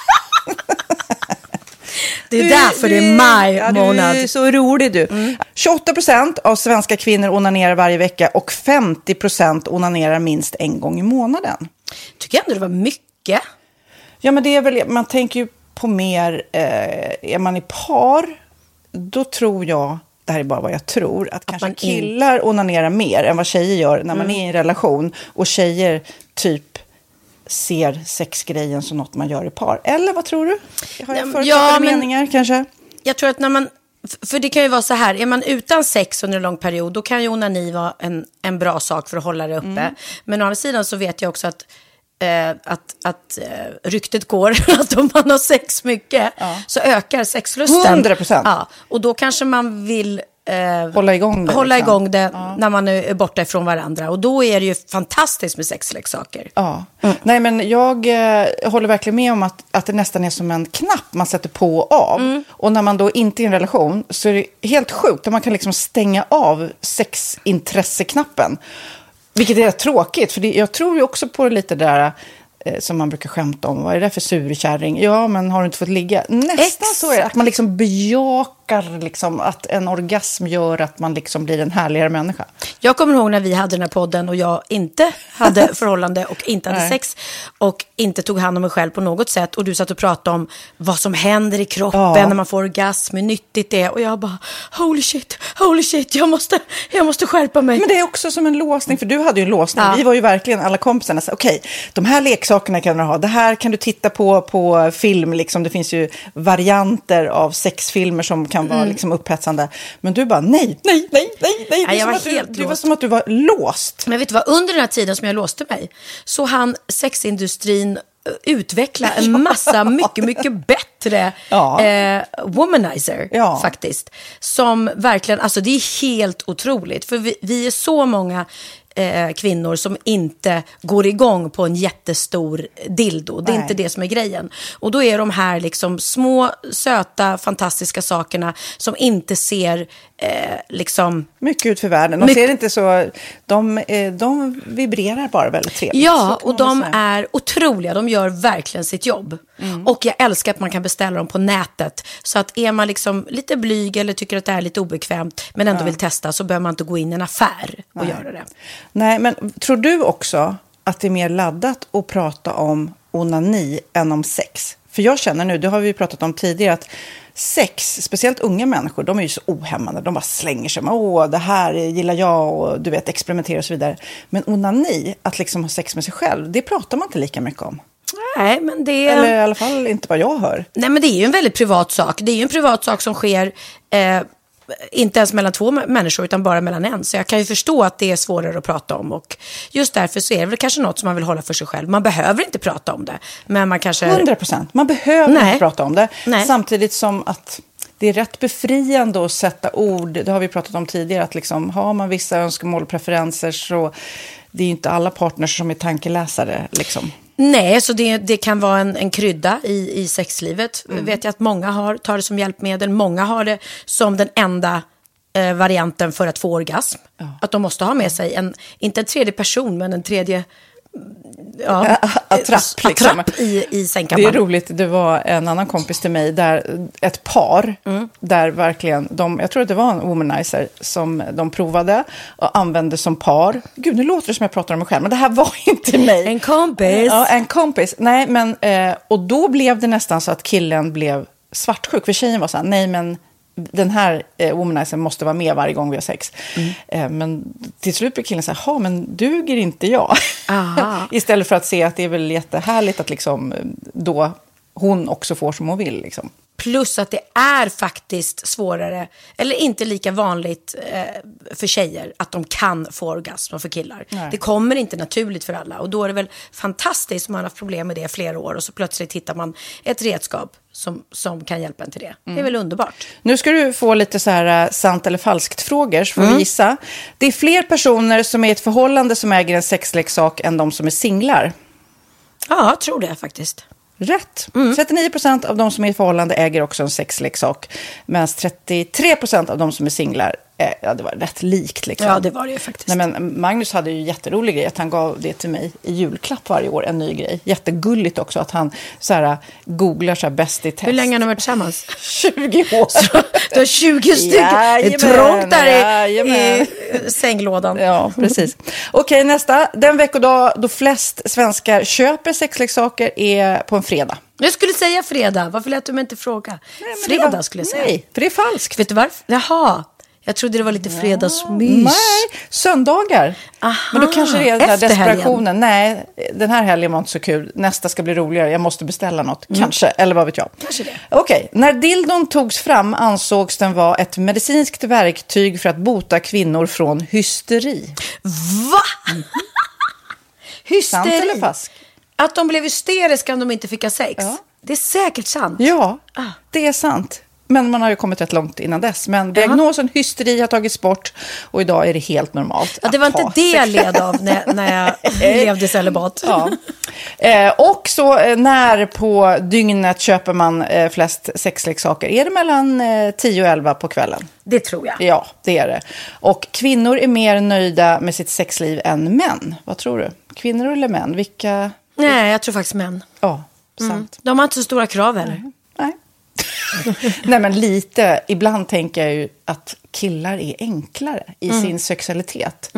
Det är därför det är maj månad. Du är så rolig du. 28% av svenska kvinnor onanerar varje vecka och 50% onanerar minst en gång i månaden. Tycker jag ändå det var mycket. Ja, men det är väl, man tänker ju på mer, är man i par, då tror jag, det här är bara vad jag tror, att kanske killar onanerar mer än vad tjejer gör när man är i en relation. Och tjejer typ ser sexgrejen som något man gör i par. Eller vad tror du? Har jag förutsatta meningar kanske? Jag tror att när man, för det kan ju vara så här, är man utan sex under en lång period, då kan ju onani vara en bra sak för att hålla det uppe. Men å andra sidan så vet jag också att ryktet går att om man har sex mycket så ökar sexlusten. 100%. Ja, och då kanske man vill hålla igång det när man är borta ifrån varandra. Och då är det ju fantastiskt med sexleksaker. Ja. Nej, men jag håller verkligen med om att det nästan är som en knapp man sätter på och av. Och när man då inte är i en relation så är det helt sjukt att man kan liksom stänga av sexintresseknappen. Vilket är tråkigt, för jag tror ju också på lite där som man brukar skämta om. Vad är det för surkärring? Ja, men har du inte fått ligga? Nästan så är det, att man liksom bejakar liksom att en orgasm gör att man liksom blir en härligare människa. Jag kommer ihåg när vi hade den här podden och jag inte hade förhållande och inte hade sex och inte tog hand om mig själv på något sätt. Och du satt och pratade om vad som händer i kroppen när man får orgasm, hur nyttigt det är. Och jag bara, holy shit, jag måste skärpa mig. Men det är också som en låsning, för du hade ju en låsning. Vi var ju verkligen alla kompisarna. Okej, de här leksakerna kan du ha. Det här kan du titta på film. Liksom. Det finns ju varianter av sexfilmer som kan vara liksom upphetsande. Men du bara, nej. Det var som att du var låst. Men vet du vad, under den här tiden som jag låste mig så hann sexindustrin utveckla en massa mycket bättre womanizer faktiskt. Som verkligen, alltså det är helt otroligt. För vi är så många kvinnor som inte går igång på en jättestor dildo. Det är inte det som är grejen. Och då är de här liksom små, söta, fantastiska sakerna som inte ser liksom mycket ut för världen. De ser inte så, de vibrerar bara väldigt trevligt. Ja, och de är otroliga. De gör verkligen sitt jobb. Och jag älskar att man kan beställa dem på nätet. Så att är man liksom lite blyg eller tycker att det är lite obekvämt men ändå vill testa, så behöver man inte gå in i en affär och göra det. Nej, men tror du också att det är mer laddat att prata om onani än om sex? För jag känner nu, det har vi pratat om tidigare, att sex, speciellt unga människor, de är ju så ohämmande. De bara slänger sig med, det här gillar jag, och du vet, experimentera och så vidare. Men onani, att liksom ha sex med sig själv, det pratar man inte lika mycket om. Nej, men det är... Eller i alla fall inte vad jag hör. Nej, men det är ju en väldigt privat sak. Det är ju en privat sak som sker inte ens mellan två människor utan bara mellan en. Så jag kan ju förstå att det är svårare att prata om. Och just därför så är det väl kanske något som man vill hålla för sig själv. Man behöver inte prata om det. Men man kanske... 100%. Man behöver inte prata om det. Nej. Samtidigt som att det är rätt befriande att sätta ord. Det har vi pratat om tidigare. Att liksom, har man vissa önskemål och preferenser, så det är ju inte alla partners som är tankeläsare liksom. Nej, så det kan vara en krydda i sexlivet. Vet jag att många tar det som hjälpmedel. Många har det som den enda varianten för att få orgasm. Ja. Att de måste ha med sig inte en tredje person, men en tredje attrapp i sängkammaren. Det är roligt, det var en annan kompis till mig där ett par där verkligen jag tror att det var en womanizer som de provade och använde som par. Gud, nu låter det som jag pratar om mig själv, men det här var inte mig. En kompis. Ja, en kompis. Nej, men och då blev det nästan så att killen blev svartsjuk, för tjejen var så här, nej men den här womanizer måste vara med varje gång vi har sex. Men till slut blir killen så här, men duger inte jag? Istället för att se att det är väl jättehärligt att liksom, då hon också får som hon vill. Liksom. Plus att det är faktiskt svårare, eller inte lika vanligt för tjejer att de kan få orgasm för killar. Nej. Det kommer inte naturligt för alla. Och då är det väl fantastiskt om man har haft problem med det flera år och så plötsligt hittar man ett redskap som kan hjälpa en till det. Det är väl underbart. Nu ska du få lite så här sant eller falskt frågor, så får vi gissa. Det är fler personer som är i ett förhållande som äger en sexleksak än de som är singlar. Ja, jag tror det faktiskt. Rätt. 39% av de som är i förhållande äger också en sexleksak. Medan 33% av de som är singlar, det var rätt likt. Liksom. Ja, det var det faktiskt. Nej, men Magnus hade ju jätterolig grej att han gav det till mig i julklapp varje år, en ny grej. Jättegulligt också att han så här, googlar så här bäst i test. Hur länge har ni varit tillsammans? 20 år. Du har 20 stycken. Det är trångt där i sänglådan. Ja, precis. Okej, nästa. Den veckodag då flest svenskar köper sexleksaker är på en fredag. Jag skulle säga fredag. Varför lät du mig inte fråga? Fredag skulle jag säga. Nej, för det är falskt. Vet du varför? Jaha. Jag trodde det var lite fredagsmys. Nej, söndagar. Aha, men då kanske det är den här desperationen. Helgen. Nej, den här helgen var inte så kul. Nästa ska bli roligare. Jag måste beställa något. Kanske, eller vad vet jag. Kanske det. Okej, när dildon togs fram ansågs den vara ett medicinskt verktyg för att bota kvinnor från hysteri. Va? Hysteri? Sant eller falskt? Att de blev hysteriska om de inte fick ha sex. Ja. Det är säkert sant. Ja, det är sant. Men man har ju kommit rätt långt innan dess. Men diagnosen hysteri har tagits bort och idag är det helt normalt. Ja, det var inte det jag led av när jag levde celibat. Ja. Och så när på dygnet köper man flest sexleksaker? Är det mellan 10 och 11 på kvällen? Det tror jag. Ja, det är det. Och kvinnor är mer nöjda med sitt sexliv än män. Vad tror du? Kvinnor eller män? Vilka? Nej, jag tror faktiskt män. Ja, sant. De har inte så stora krav heller. Nej. Nej, men lite. Ibland tänker jag ju att killar är enklare i sin sexualitet.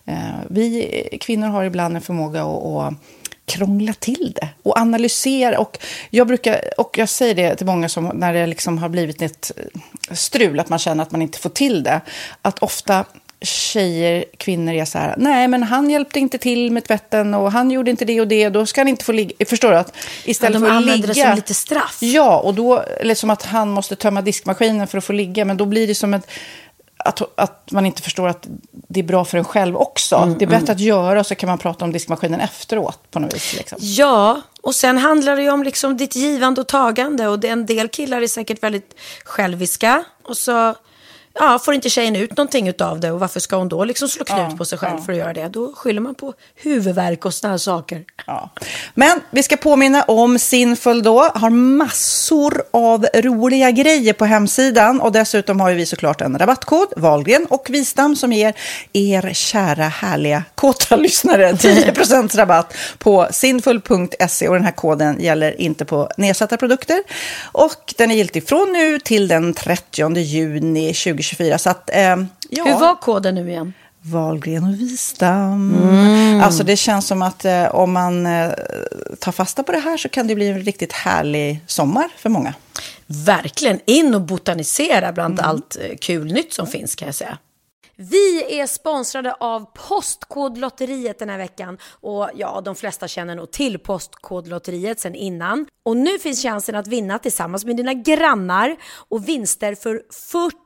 Vi kvinnor har ibland en förmåga att krångla till det och analysera. Och jag säger det till många som när det liksom har blivit ett strul, att man känner att man inte får till det. Att ofta kvinnor är så här, nej men han hjälpte inte till med tvätten och han gjorde inte det och det, då ska han inte få ligga. Förstår du? Att istället för att ligga, det som lite straff. Ja, och då eller som att han måste tömma diskmaskinen för att få ligga, men då blir det som att man inte förstår att det är bra för en själv också. Det är bättre att göra, så kan man prata om diskmaskinen efteråt på något vis. Liksom. Ja, och sen handlar det ju om liksom ditt givande och tagande, och en del killar är säkert väldigt själviska och så får inte tjejen ut någonting utav det, och varför ska hon då liksom slå knut på sig själv för att göra det? Då skyller man på huvudvärk och såna här saker. Ja. Men vi ska påminna om Sinful då, har massor av roliga grejer på hemsidan, och dessutom har ju vi såklart en rabattkod, Wahlgren och Wistam, som ger er kära härliga kåta lyssnare 10% rabatt på sinful.se, och den här koden gäller inte på nedsatta produkter, och den är giltig från nu till den 30 juni 2024. Så att, Hur var koden nu igen? Wahlgren och Wistam. Alltså det känns som att om man tar fasta på det här så kan det bli en riktigt härlig sommar för många. Verkligen, in och botanisera bland allt kul nytt som finns, kan jag säga. Vi är sponsrade av Postkodlotteriet den här veckan, och de flesta känner nog till Postkodlotteriet sedan innan. Och nu finns chansen att vinna tillsammans med dina grannar, och vinster för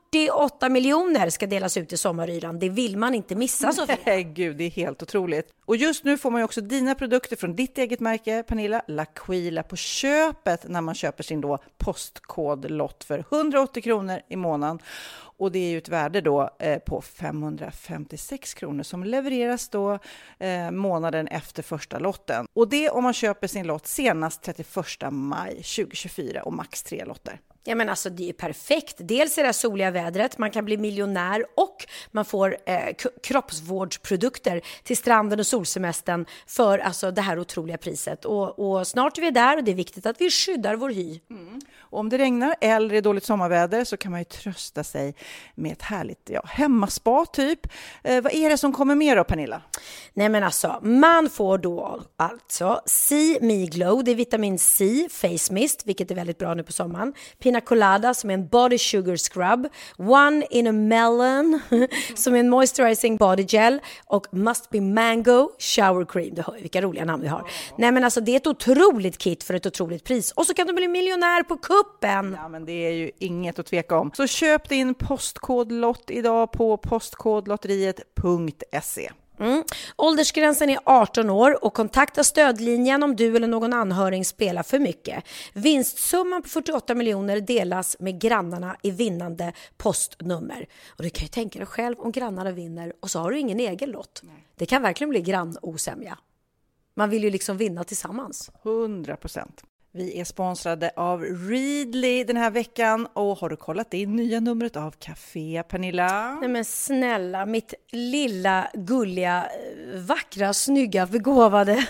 48 miljoner ska delas ut i sommaryran. Det vill man inte missa, Sofia. Gud, det är helt otroligt. Och just nu får man ju också dina produkter från ditt eget märke, Pernilla, L'Aquila, på köpet när man köper sin då postkodlott för 180 kronor i månaden. Och det är ju ett värde då på 556 kronor som levereras då månaden efter första lotten. Och det om man köper sin lott senast 31 maj 2024 och max 3 lotter. Ja, men alltså det är perfekt. Dels är det soliga vädret, man kan bli miljonär och man får kroppsvårdsprodukter till stranden och solsemestern för alltså det här otroliga priset. Och snart är vi där och det är viktigt att vi skyddar vår hy. Och om det regnar eller är dåligt sommarväder så kan man ju trösta sig med ett härligt hemmaspa typ. Vad är det som kommer med då, Pernilla? Nej, men alltså man får då alltså See Me Glow, det är vitamin C face mist, vilket är väldigt bra nu på sommaren. Pina Colada som är en body sugar scrub, One in a Melon som är en moisturizing body gel och Must Be Mango shower cream. Du hör vilka roliga namn vi har. Nej, men alltså det är ett otroligt kit för ett otroligt pris. Och så kan du bli miljonär på kuppen. Ja, men det är ju inget att tveka om. Så köp din postkodlott idag på postkodlotteriet.se. Åldersgränsen är 18 år och kontakta stödlinjen om du eller någon anhörig spelar för mycket. Vinstsumman på 48 miljoner delas med grannarna i vinnande postnummer. Och du kan ju tänka dig själv om grannarna vinner och så har du ingen egen lott. Nej. Det kan verkligen bli grannosämja. Man vill ju liksom vinna tillsammans. 100%. Vi är sponsrade av Readly den här veckan och har du kollat in nya numret av Café, Pernilla? Nej men snälla, mitt lilla, gulliga, vackra, snygga, begåvade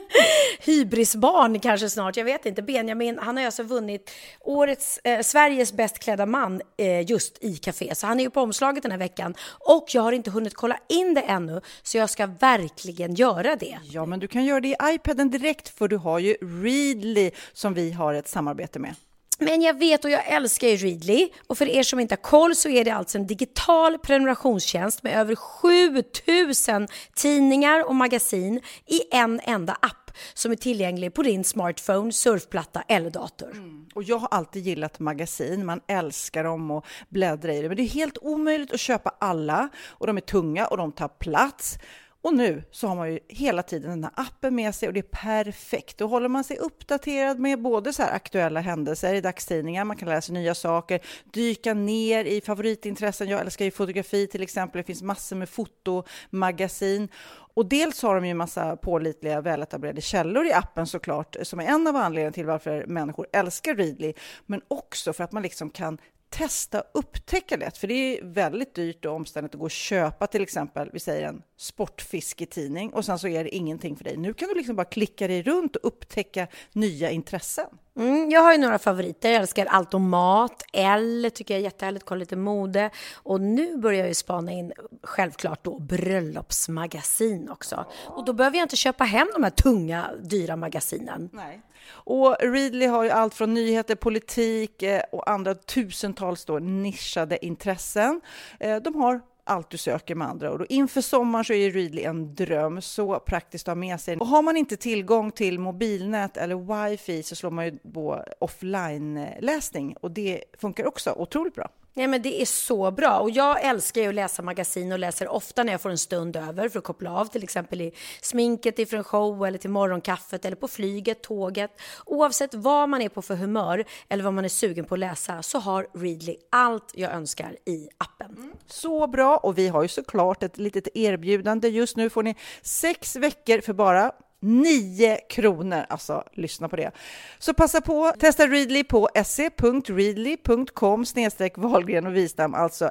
hybrisbarn kanske snart, jag vet inte. Benjamin, han har alltså vunnit årets Sveriges bäst klädda man just i Café. Så han är ju på omslaget den här veckan och jag har inte hunnit kolla in det ännu så jag ska verkligen göra det. Ja, men du kan göra det i iPaden direkt för du har ju Readly som vi har ett samarbete med. Men jag vet och jag älskar ju Readly och för er som inte har koll så är det alltså en digital prenumerationstjänst med över 7000 tidningar och magasin i en enda app som är tillgänglig på din smartphone, surfplatta eller dator. Och jag har alltid gillat magasin, man älskar dem och bläddra i det, men det är helt omöjligt att köpa alla och de är tunga och de tar plats. Och nu så har man ju hela tiden den här appen med sig och det är perfekt. Då håller man sig uppdaterad med både så här aktuella händelser i dagstidningar. Man kan läsa nya saker, dyka ner i favoritintressen. Jag älskar ju fotografi till exempel. Det finns massor med fotomagasin. Och dels har de ju en massa pålitliga, väletablerade källor i appen såklart. Som är en av anledningarna till varför människor älskar Readly. Men också för att man liksom kan testa upptäcka lätt, för det är väldigt dyrt och omständigt att gå och köpa till exempel, vi säger en sportfisketidning och sen så är det ingenting för dig. Nu kan du liksom bara klicka dig runt och upptäcka nya intressen. Jag har ju några favoriter. Jag älskar allt om mat. Elle tycker jag är jättehärligt. Kolla lite mode. Och nu börjar jag ju spana in självklart då bröllopsmagasin också. Och då behöver jag inte köpa hem de här tunga, dyra magasinen. Nej. Och Readly har ju allt från nyheter, politik och andra tusentals då nischade intressen. De har allt du söker med andra ord. Och inför sommaren så är Readly en dröm, så praktiskt att ha med sig. Och har man inte tillgång till mobilnät eller wifi så slår man ju på offline-läsning och det funkar också otroligt bra. Ja, men det är så bra och jag älskar ju att läsa magasin och läser ofta när jag får en stund över för att koppla av, till exempel i sminket ifrån show eller till morgonkaffet eller på flyget, tåget. Oavsett vad man är på för humör eller vad man är sugen på att läsa så har Readly allt jag önskar i appen. Så bra, och vi har ju såklart ett litet erbjudande. Just nu får ni 6 veckor för bara 9 kronor, alltså lyssna på det. Så passa på, testa Readly på se.readly.com/Wahlgren och Wistam, alltså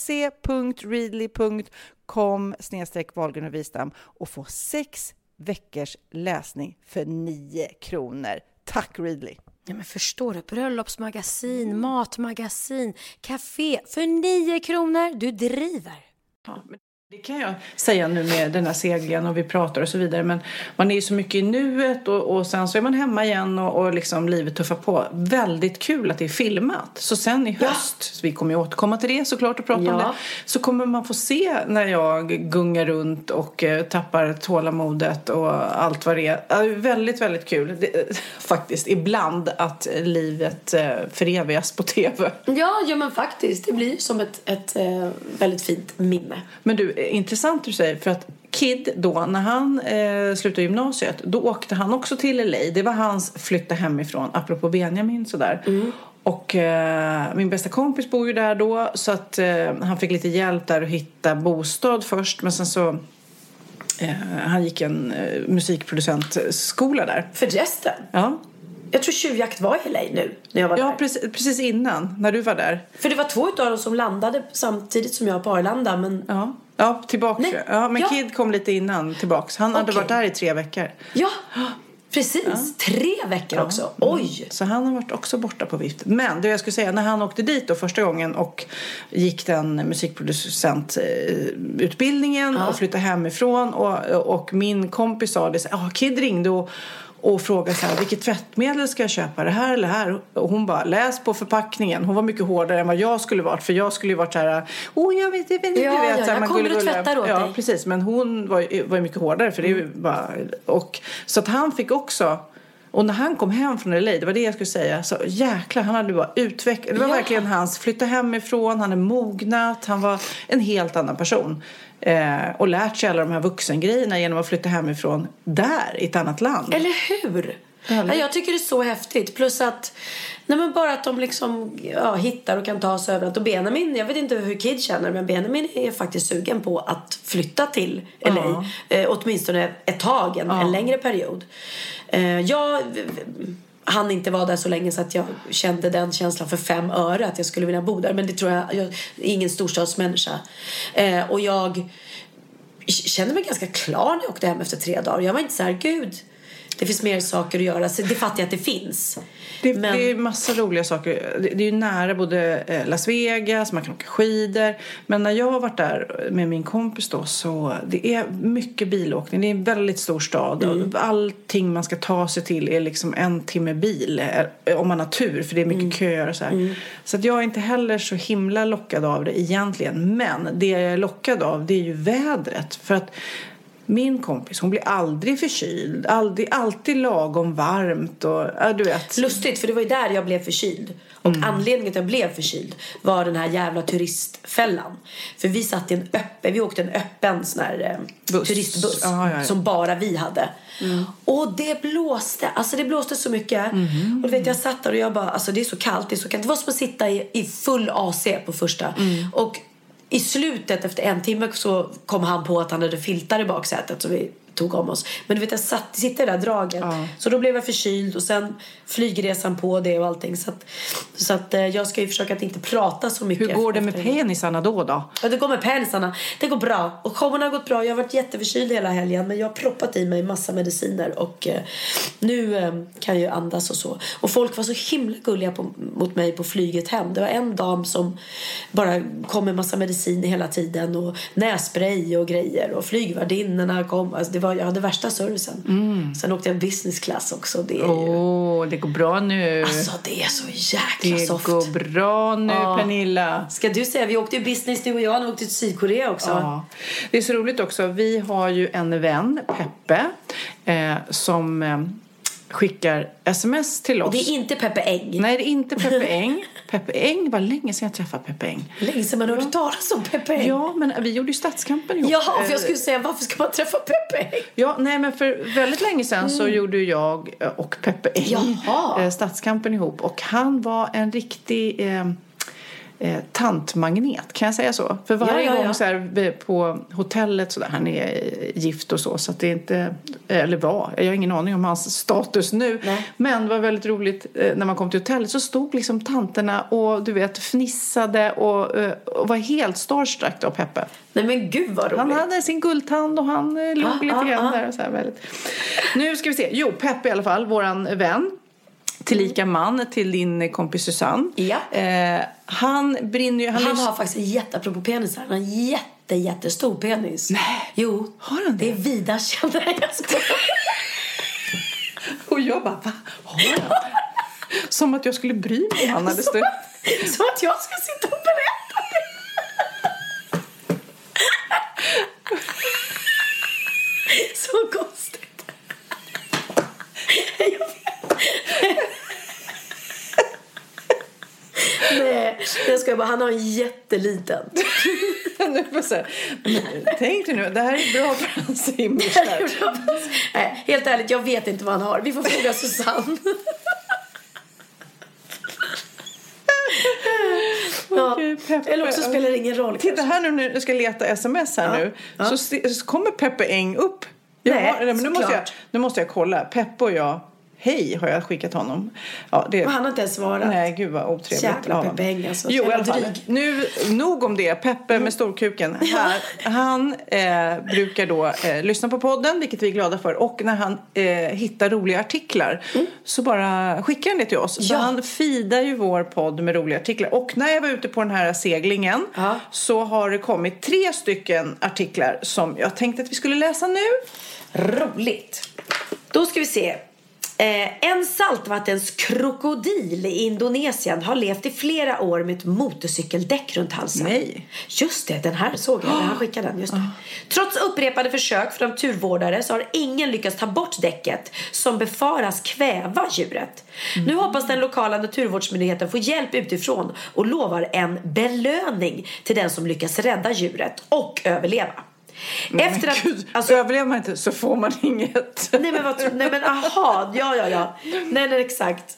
se.readly.com/Wahlgren och Wistam och få 6 veckors läsning för 9 kronor. Tack Readly! Ja, men förstår du? Bröllopsmagasin, matmagasin, café för 9 kronor. Du driver. Ja, Det kan jag säga nu med den här seglingen och vi pratar och så vidare. Men man är ju så mycket i nuet och sen så är man hemma igen och liksom livet tuffar på. Väldigt kul att det är filmat. Så sen i höst, så vi kommer ju återkomma till det såklart och prata om det. Så kommer man få se när jag gungar runt och tappar tålamodet och allt vad det är. Väldigt, väldigt kul. Faktiskt ibland att livet förevigas på tv. Ja men faktiskt. Det blir som ett väldigt fint minne. Men du, intressant du säger, för att Kid då, när han slutade gymnasiet, då åkte han också till LA. Det var hans flytta hemifrån, apropå Benjamin sådär. Och min bästa kompis bor ju där då, så att han fick lite hjälp där att hitta bostad först. Men sen så han gick en musikproducentskola där. Förresten? Ja. Jag tror Tjuvjakt var i LA nu när jag var där. Ja, precis innan, när du var där. För det var 2 av dem som landade samtidigt som jag på Arlanda, men... Ja, tillbaka. Nej. Ja, men Kid kom lite innan tillbaks. Han hade varit där i 3 veckor. Ja, precis. 3 veckor också. Oj! Så han har varit också borta på vift. Men det jag skulle säga, när han åkte dit då första gången och gick den musikproducentutbildningen och flyttade hemifrån och min kompis sa det så Kid ringde och frågade så här, vilket tvättmedel ska jag köpa, det här eller här? Och hon bara, läs på förpackningen. Hon var mycket hårdare än vad jag skulle varit. För jag skulle ju varit så här, jag vet inte. Jag kommer att tvätta åt dig. Ja, precis. Men hon var ju mycket hårdare. För det är ju bara, så att han fick också... Och när han kom hem från LA, det var det jag skulle säga, så jäklar, han hade bara utvecklat. Det var verkligen hans flytta hemifrån, han är mognat, han var en helt annan person. Och lärt sig alla de här vuxengrejerna genom att flytta hemifrån där, i ett annat land. Eller hur? Ja, jag tycker det är så häftigt. Plus att, bara att de liksom hittar och kan ta sig överallt. Och Benjamin, jag vet inte hur Kid känner, men Benjamin är faktiskt sugen på att flytta till LA. Åtminstone ett tag, en längre period. Jag hann inte vara där så länge så att jag kände den känslan för 5 öre att jag skulle vilja bo där. Men det tror jag är ingen storstadsmänniska. Och jag kände mig ganska klar när jag åkte hem efter 3 dagar. Jag var inte så här, gud, det finns mer saker att göra. Så det fattar jag att det finns. Det är massa roliga saker. Det är ju nära både Las Vegas, man kan åka skidor. Men när jag har varit där med min kompis då, så det är mycket bilåkning. Det är en väldigt stor stad. Allting man ska ta sig till är liksom 1 timme bil. Om man har tur, för det är mycket köer och så här. Så att jag är inte heller så himla lockad av det egentligen. Men det jag är lockad av, det är ju vädret. För att min kompis, hon blir aldrig förkyld. Alltid lagom varmt. Och, du vet. Lustigt, för det var ju där jag blev förkyld. Och anledningen till att jag blev förkyld var den här jävla turistfällan. För vi satt i vi åkte en öppen sån här turistbuss som bara vi hade. Och det blåste. Alltså det blåste så mycket. Och du vet, jag satt där och jag bara, alltså det är så kallt. Det var som att sitta i full AC på första. Och i slutet efter 1 timme så kom han på att han hade filtar i baksätet, så vi tog om oss. Men du vet, jag sitter där dragen. Så då blev jag förkyld och sen flygresan på det och allting. Så att jag ska ju försöka att inte prata så mycket. Hur går det med penisarna då? Ja, det går med penisarna. Det går bra. Och showen har gått bra. Jag har varit jätteförkyld hela helgen, men jag har proppat i mig massa mediciner. Och nu kan jag ju andas och så. Och folk var så himla gulliga mot mig på flyget hem. Det var en dam som bara kom med massa mediciner hela tiden. Och nässpray och grejer. Och flygvärdinnorna kom. Alltså jag hade värsta servicen. Sen åkte jag business class också. Det går bra nu. Alltså det är så jäkla soft. Det går bra nu, Pernilla. Ska du säga, vi åkte ju business du och jag. Nu åkte till Sydkorea också. Ja. Det är så roligt också. Vi har ju en vän, Peppe, som skickar sms till oss. Och det är inte Peppe Eng. Nej, det är inte Peppe Eng. Peppe Eng var länge sedan jag träffade Peppe Eng. Länge sedan man hörde talas om Peppe Eng. Ja, men vi gjorde ju Stadskampen ihop. Ja, för jag skulle säga, varför ska man träffa Peppe Eng? Ja, nej, men för väldigt länge sedan så gjorde jag och Peppe Eng Stadskampen ihop. Och han var en riktig tantmagnet, kan jag säga så? För varje gång så här, på hotellet så där, han är gift och så att det inte, eller var, jag har ingen aning om hans status nu. Nej. Men det var väldigt roligt när man kom till hotellet, så stod liksom tanterna och du vet fnissade och var helt starstruck av Peppe. Nej men gud vad roligt. Han hade sin guldtand och han låg lite grann där och så här väldigt. Nu ska vi se. Jo, Peppe i alla fall, våran vän. Tillika man till din kompis Susanne. Ja. Han brinner ju... Han har faktiskt apropå penisar, han har jättestor penis. Nej. Jo, har han det? Det är vida kändare. Jag skojar. Och jag bara, va? Har han? Som att jag skulle bry mig om han hade stött. Som att jag ska sitta och berätta det. Så konstigt. Jag vet. Nej, jag ska bara, han har en jätteliten. Nu får säga. Tänk dig nu, det här är bra för hans image. Nej, helt ärligt, jag vet inte vad han har. Vi får fråga Susanne. Ja. Okej, Peppe. Eller också spelar det ingen roll. Titta här nu, jag ska leta sms här nu. Ja. Så kommer Peppe Eng upp. Nej, men nu måste jag kolla. Peppe och jag, hej, har jag skickat honom. Ja, det... Och han har inte ens svarat. Nej, gud vad otrevligt. Jävla Peppe Eng alltså. Jo, i alla fall. Nu, nog om det. Peppe med storkuken. Här, han brukar då lyssna på podden, vilket vi är glada för. Och när han hittar roliga artiklar så bara skickar han det till oss. Så han feedar ju vår podd med roliga artiklar. Och när jag var ute på den här seglingen så har det kommit 3 stycken artiklar som jag tänkte att vi skulle läsa nu. Roligt. Då ska vi se. En saltvattenskrokodil i Indonesien har levt i flera år med ett motorcykeldäck runt halsen. Nej. Just det, den här såg jag när han skickade den. Just det. Trots upprepade försök från naturvårdare så har ingen lyckats ta bort däcket som befaras kväva djuret. Nu hoppas den lokala naturvårdsmyndigheten få hjälp utifrån och lovar en belöning till den som lyckas rädda djuret och överleva. Efter att, alltså, överlever man inte så får man inget. Nej men aha, ja. Nej, exakt.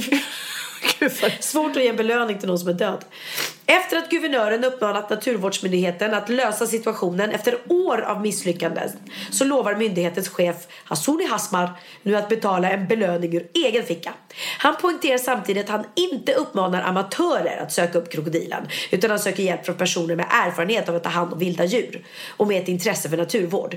Svårt att ge en belöning till någon som är död. Efter att guvernören uppmanat naturvårdsmyndigheten att lösa situationen efter år av misslyckanden så lovar myndighetens chef Hasuni Hasmar nu att betala en belöning ur egen ficka. Han poängterar samtidigt att han inte uppmanar amatörer att söka upp krokodilen utan han söker hjälp från personer med erfarenhet av att ta hand om vilda djur och med ett intresse för naturvård.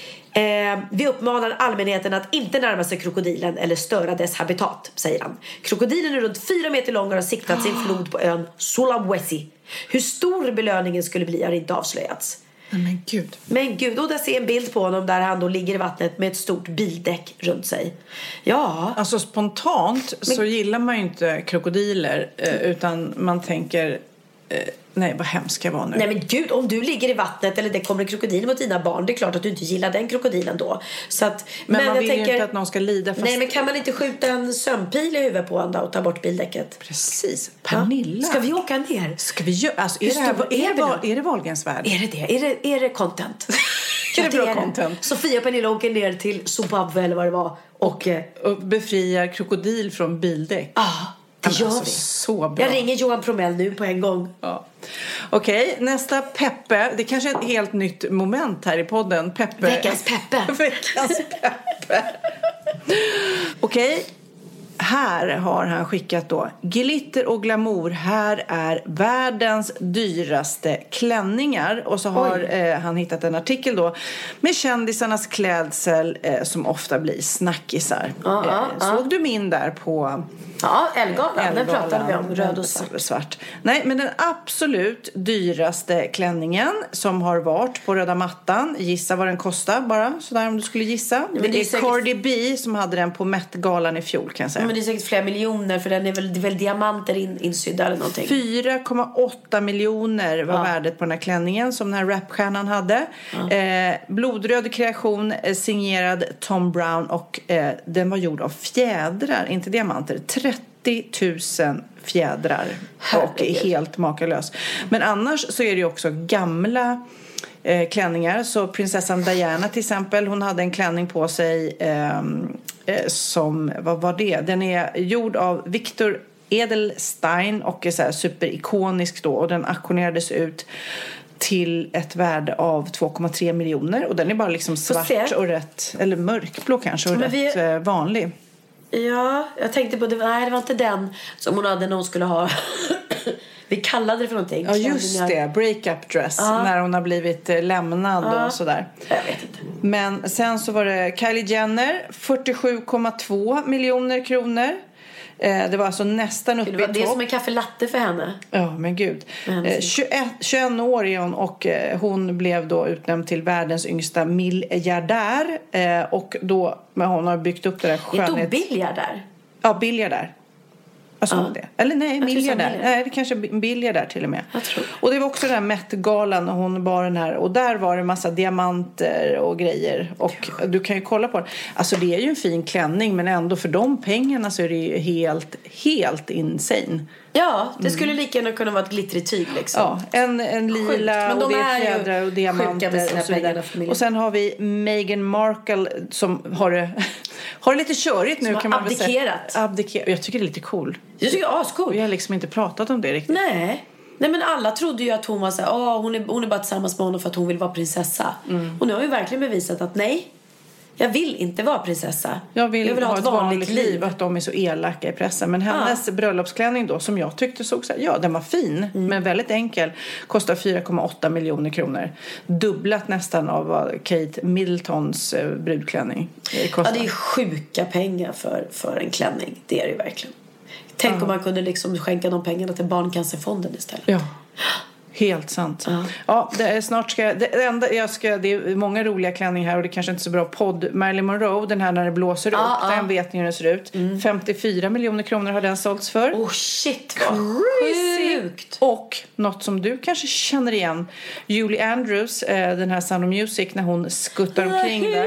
Vi uppmanar allmänheten att inte närma sig krokodilen eller störa dess habitat, säger han. Krokodilen är runt 4 meter lång och har siktat sin flod på ön Sulawesi. Hur stor belöningen skulle bli har inte avslöjats. Men gud, och där ser en bild på honom där han då ligger i vattnet med ett stort bildäck runt sig. Ja. Alltså spontant så gillar man ju inte krokodiler utan man tänker... nej, vad hemskt ska jag vara nu. Nej men gud, om du ligger i vattnet eller det kommer en krokodil mot dina barn, det är klart att du inte gillar den krokodilen då. Så att, men man vill ju inte att någon ska lida fast... Nej, men kan man inte skjuta en sömnpil i huvudet på en och ta bort bildäcket? Precis, Pernilla. Ska vi åka ner? Ska vi göra... Alltså, är det Wahlgrens värld? Är det content? Är det bra content? Sofia och Pernilla åker ner till Zimbabwe eller vad det var och befriar krokodil från bildäck. Det gör vi. Så bra. Jag ringer Johan Promell nu på en gång. Ja. Okej, nästa Peppe. Det kanske är ett helt nytt moment här i podden. Peppe. Veckans Peppe. Veckans Peppe. Okej. Här har han skickat då glitter och glamour. Här är världens dyraste klänningar. Och så har han hittat en artikel då med kändisarnas klädsel som ofta blir snackisar. Såg du min där på... Ja, Ellegalan. Den pratade vi om, röd och svart. Nej, men den absolut dyraste klänningen som har varit på röda mattan. Gissa vad den kostar bara, sådär om du skulle gissa. Men det är säkert... Cardi B som hade den på Met-galan i fjol, kan jag säga. Men det är säkert flera miljoner, för den är väl diamanter insydda eller någonting. 4,8 miljoner var värdet på den här klänningen som den här rapstjärnan hade. Blodröd kreation, signerad Tom Brown, och den var gjord av fjädrar, inte diamanter. 30 000 fjädrar. Och är helt makalös. Men annars så är det ju också gamla klänningar. Så prinsessan Diana till exempel, hon hade en klänning på sig som, vad var det? Den är gjord av Victor Edelstein och är så här superikonisk då, och den auktionerades ut till ett värde av 2,3 miljoner, och den är bara liksom svart och rätt, eller mörkblå kanske, och rätt vanlig. Ja, jag tänkte på det var inte den som hon hade när hon skulle ha vi kallade det för någonting. Ja, just det, breakup dress, när hon har blivit lämnad och sådär. Jag vet inte. Men sen så var det Kylie Jenner, 47,2 miljoner kronor. Det var alltså nästan uppe i topp. Det är som en kaffelatte för henne. Ja, men gud. 21 år är hon och hon blev då utnämnd till världens yngsta miljardär. Och då, men hon har byggt upp det där skönhets... Är det biljardär? Ja, biljardär. Alltså det. Eller nej, miljardär. Nej, det kanske biljardär till och med. Jag tror. Och det var också den här Met-galan och hon bar den här. Och där var det en massa diamanter och grejer. Och du kan ju kolla på det. Alltså det är ju en fin klänning, men ändå för de pengarna så är det ju helt insane. Ja, det skulle lika gärna kunna vara ett glittrigt tyg liksom. Ja, en lila och det är fjädrar och diamanter och så vidare. Och sen har vi Meghan Markle som har det lite körigt nu, kan man väl säga. Abdikerat. Jag tycker det är lite cool. Jag tycker det är ascool. Vi har liksom inte pratat om det riktigt. Nej, men alla trodde ju att hon var så här, hon är bara tillsammans med honom för att hon vill vara prinsessa. Och nu har ju verkligen bevisat att nej, jag vill inte vara prinsessa. Jag vill ha ett vanligt liv. Att de är så elaka i pressen. Men hennes bröllopsklänning då, som jag tyckte såg så här, ja, den var fin, men väldigt enkel. Kostar 4,8 miljoner kronor. Dubblat nästan av vad Kate Middletons brudklänning kostar. Ja, det är sjuka pengar för en klänning. Det är det ju verkligen. Tänk om man kunde liksom skänka de pengarna till Barncancerfonden istället. Ja. Helt sant. Ja, det är snart det är många roliga klänningar här och det kanske inte är så bra podd. Marilyn Monroe, den här när det blåser upp, den vet ni hur den ser ut. 54 miljoner kronor har den sålts för. Oh shit, vad sjukt. Och något som du kanske känner igen, Julie Andrews, den här Sound of Music, när hon skuttar omkring där.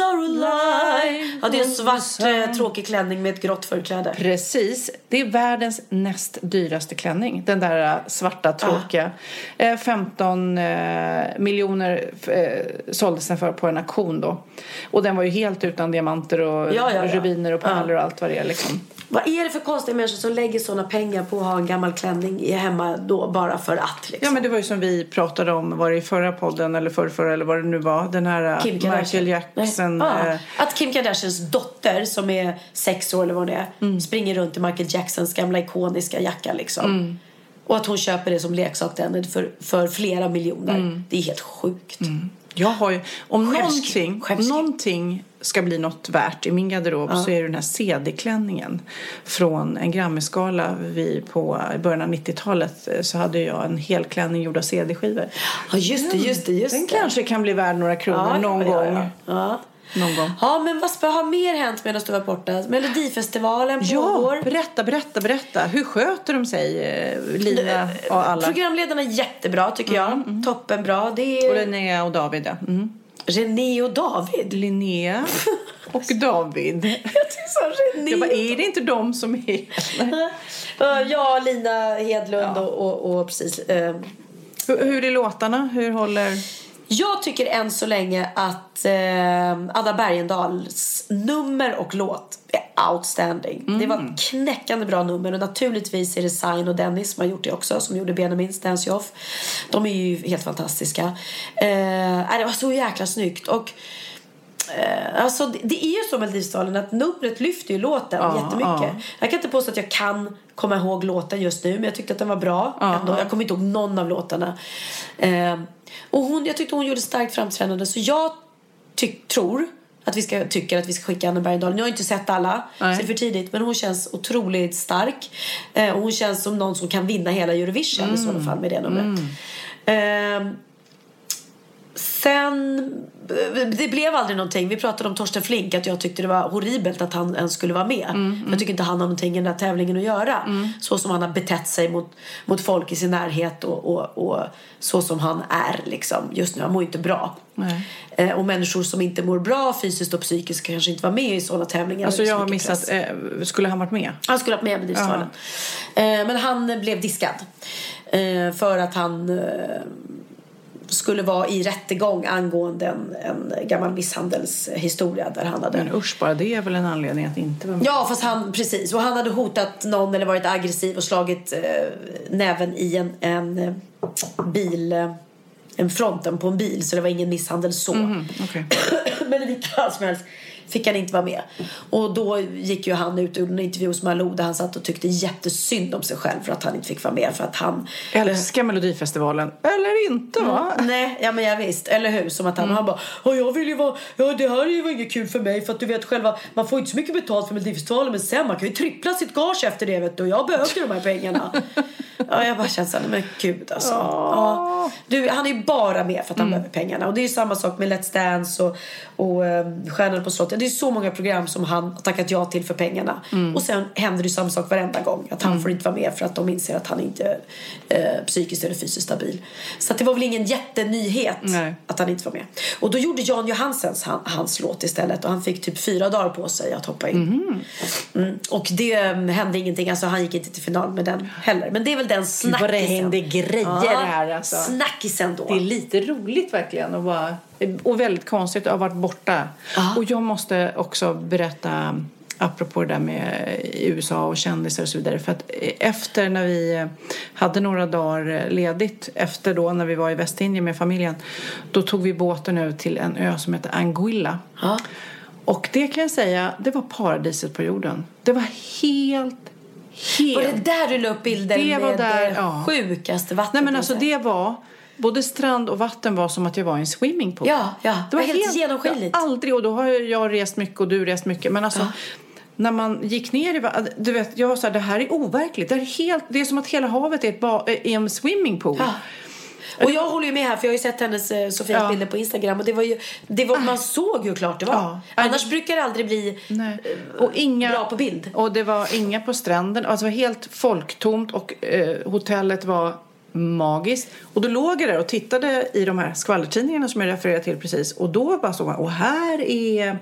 Ja, det är en svart tråkig klänning med ett grått förkläde. Precis, det är världens näst dyraste klänning. Den där svarta tråkiga. 15 miljoner såldes den för på en auktion då. Och den var ju helt utan diamanter och rubiner och pärlor och allt vad det är liksom. Vad är det för konstiga människor som lägger såna pengar på att ha en gammal klänning hemma då bara för att liksom? Ja, men det var ju som vi pratade om, var det i förra podden eller förra eller vad det nu var, den här Michael Jackson. Att Kim Kardashians dotter som är 6 år eller vad det är springer runt i Michael Jacksons gamla ikoniska jacka liksom. Och att hon köper det som leksak för flera miljoner. Det är helt sjukt. Jag har ju, om någonting ska bli något värt i min garderob så är det den här CD-klänningen från en Grammy-skala på början av 90-talet, så hade jag en hel klänning gjord av CD-skivor. Ja, just det. Den kanske kan bli värd några kronor någon gång. Ja. Någon gång. Ja, men vad har mer hänt medan du var borta? Melodifestivalen pågår. Ja, berätta. Hur sköter de sig, Lina och alla? Programledarna är jättebra tycker jag. Toppenbra. Det är... Och Linnea och David, ja. René och David? Linnea och David. Jag tycker så René. Jag bara, är det inte de som är... Ja, Lina Hedlund och precis. Hur är låtarna? Hur håller... Jag tycker än så länge att Anna Bergendahls nummer och låt är outstanding. Det var ett knäckande bra nummer. Och naturligtvis är det Zayn och Dennis som har gjort det också, som gjorde Benjamins Dance Off. De är ju helt fantastiska. Det var så jäkla snyggt. Och alltså, det är ju så med Melodifestivalen att numret lyfter ju låten jättemycket. Jag kan inte påstå att jag kan komma ihåg låten just nu, men jag tyckte att den var bra ändå. Jag kommer inte ihåg någon av låtarna. Och jag tyckte hon gjorde starkt framträdande. Så jag tror att vi ska skicka Anna Bergendahl. Nu har jag inte sett alla, så det är för tidigt. Men hon känns otroligt stark. Och hon känns som någon som kan vinna hela Eurovision i sådana fall med det numret. Sen det blev aldrig någonting. Vi pratade om Torsten Flink, att jag tyckte det var horribelt att han ens skulle vara med. Jag tycker inte han har någonting i den där tävlingen att göra. Så som han har betett sig mot folk i sin närhet och så som han är liksom. Just nu, han mår inte bra. Och människor som inte mår bra fysiskt och psykiskt kanske inte vara med i sådana tävlingar. Alltså jag har missat, skulle han varit med? Han skulle ha varit med Melodifestivalen. Men han blev diskad för att han skulle vara i rättegång angående en gammal misshandelshistoria där han hade... Men usch, bara det är väl en anledning att inte vara med. Ja, fast precis. Och han hade hotat någon eller varit aggressiv och slagit näven i en bil, en fronten på en bil, så det var ingen misshandel så. Okay. Men i vilket fall som helst, fick han inte vara med. Och då gick ju han ut och gjorde en intervju hos Malou där han satt och tyckte jättesynd om sig själv för att han inte fick vara med, för att han älskar Melodifestivalen eller inte, va? Nej, ja men jag visst, eller hur, som att han bara, jag vill ju vara, det här är ju inget kul för mig, för att du vet själva, man får inte så mycket betalt för Melodifestivalen, men sen man kan ju trippla sitt gage efter det, vet du, och jag behövde de här pengarna. Ja, jag bara känner såhär, men gud alltså. Ja. Du, han är ju bara med för att han behöver pengarna. Och det är ju samma sak med Let's Dance och Stjärnan på slottet. Det är så många program som han har tackat ja till för pengarna. Och sen händer det samma sak varenda gång. Att han får inte vara med för att de inser att han inte är psykiskt eller fysiskt stabil. Så att det var väl ingen jättenyhet att han inte var med. Och då gjorde Jan Johansens hans låt istället. Och han fick typ 4 dagar på sig att hoppa in. Och det hände ingenting. Alltså han gick inte till final med den heller. Men det är väl den snackisen. Vad det hände grejer här alltså. Snackisen då. Det är lite roligt verkligen och väldigt konstigt att ha varit borta. Och jag måste också berätta apropå det där med USA och kändisar och så vidare, för att efter när vi hade några dagar ledigt efter då när vi var i Västindien med familjen, då tog vi båten ut till en ö som heter Anguilla. Och det kan jag säga, det var paradiset på jorden. Det var helt var det där du la upp bilder det med där, det sjukaste vattnet? Nej men alltså det var både strand och vatten var som att jag var i en swimmingpool. Ja, det var helt genomskinligt. Aldrig, och då har jag rest mycket och du rest mycket, men alltså när man gick ner i du vet, jag var så här, det här är overkligt. Det är som att hela havet är en swimmingpool. Och jag håller ju med här, för jag har ju sett hennes Sofias bilder på Instagram, och det var man såg ju klart det var. Annars brukar det aldrig bli och inga, bra på bild. Och det var inga på stranden, alltså det var helt folktomt, och hotellet var magiskt. Och då låg jag där och tittade i de här skvallertidningarna som jag refererade till precis, och då bara såg man, och här är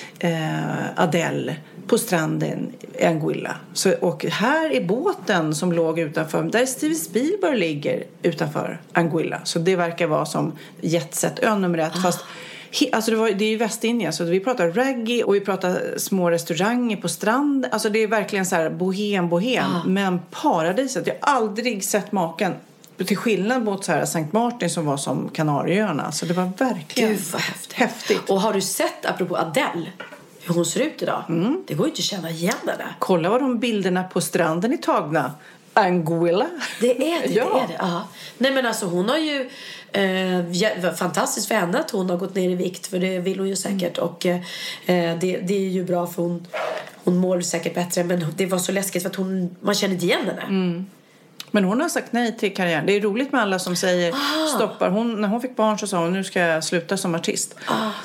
Adele på stranden i Anguilla. Och här är båten som låg utanför, där Steven Spielberg ligger utanför Anguilla. Så det verkar vara som Jetset-ön nummer 1. Fast alltså det är ju Västindien, så vi pratar reggae och vi pratar små restauranger på strand. Alltså det är verkligen så här bohem. Men paradiset, jag har aldrig sett maken. Till skillnad mot så här St. Martin som var som Kanarieöarna. Så det var verkligen Gud, vad häftigt. Och har du sett, apropå Adele, hur hon ser ut idag? Det går ju inte att känna igen henne. Kolla vad de bilderna på stranden är tagna. Anguilla. Det är det, det är det. Ja. Nej men alltså hon har ju fantastiskt för henne att hon har gått ner i vikt, för det vill hon ju säkert. Och det är ju bra, för hon mår säkert bättre, men det var så läskigt för att man känner inte igen henne. Men hon har sagt nej till karriären. Det är roligt med alla som säger stoppar. När hon fick barn så sa hon, nu ska jag sluta som artist.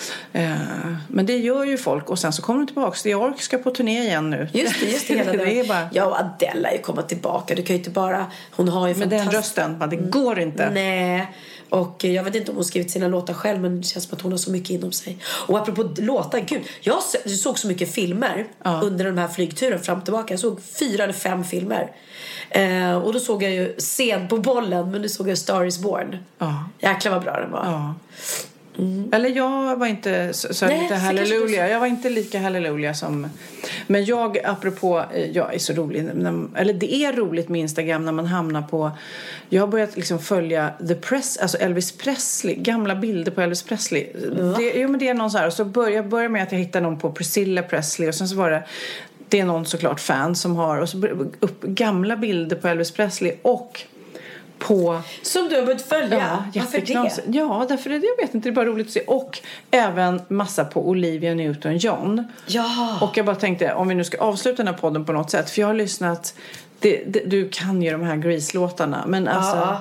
Men det gör ju folk. Och sen så kommer hon tillbaka. New York ska på turné igen nu. Just det hela det är bara... Ja, och Adele är ju kommit tillbaka. Du kan ju inte bara... Hon har ju med den rösten, det går inte. Nej. Och jag vet inte om hon skrivit sina låtar själv, men det känns som att hon har så mycket inom sig. Och apropå låtar, gud, jag såg så mycket filmer under den här flygturen fram och tillbaka. Jag såg 4 eller 5 filmer. Och då såg jag ju Sen på bollen, men nu såg jag Star is Born. Jäklar vad bra den var. Eller jag var inte så lite halleluja. Jag var inte lika halleluja som... Men jag, apropå, jag är så rolig. Eller det är roligt med Instagram när man hamnar på... Jag har börjat liksom följa alltså Elvis Presley. Gamla bilder på Elvis Presley. Men det är någon så här. Och så börjar med att jag hittar någon på Priscilla Presley. Och sen så var det är någon såklart fan som har... Och så upp gamla bilder på Elvis Presley och... Som du har börjat följa. Varför det? Ja, därför jag vet inte, det är bara roligt att se. Och även massa på Olivia Newton-John. Ja. Och jag bara tänkte, om vi nu ska avsluta den här podden på något sätt, för jag har lyssnat, du kan ju de här Grease-låtarna, men alltså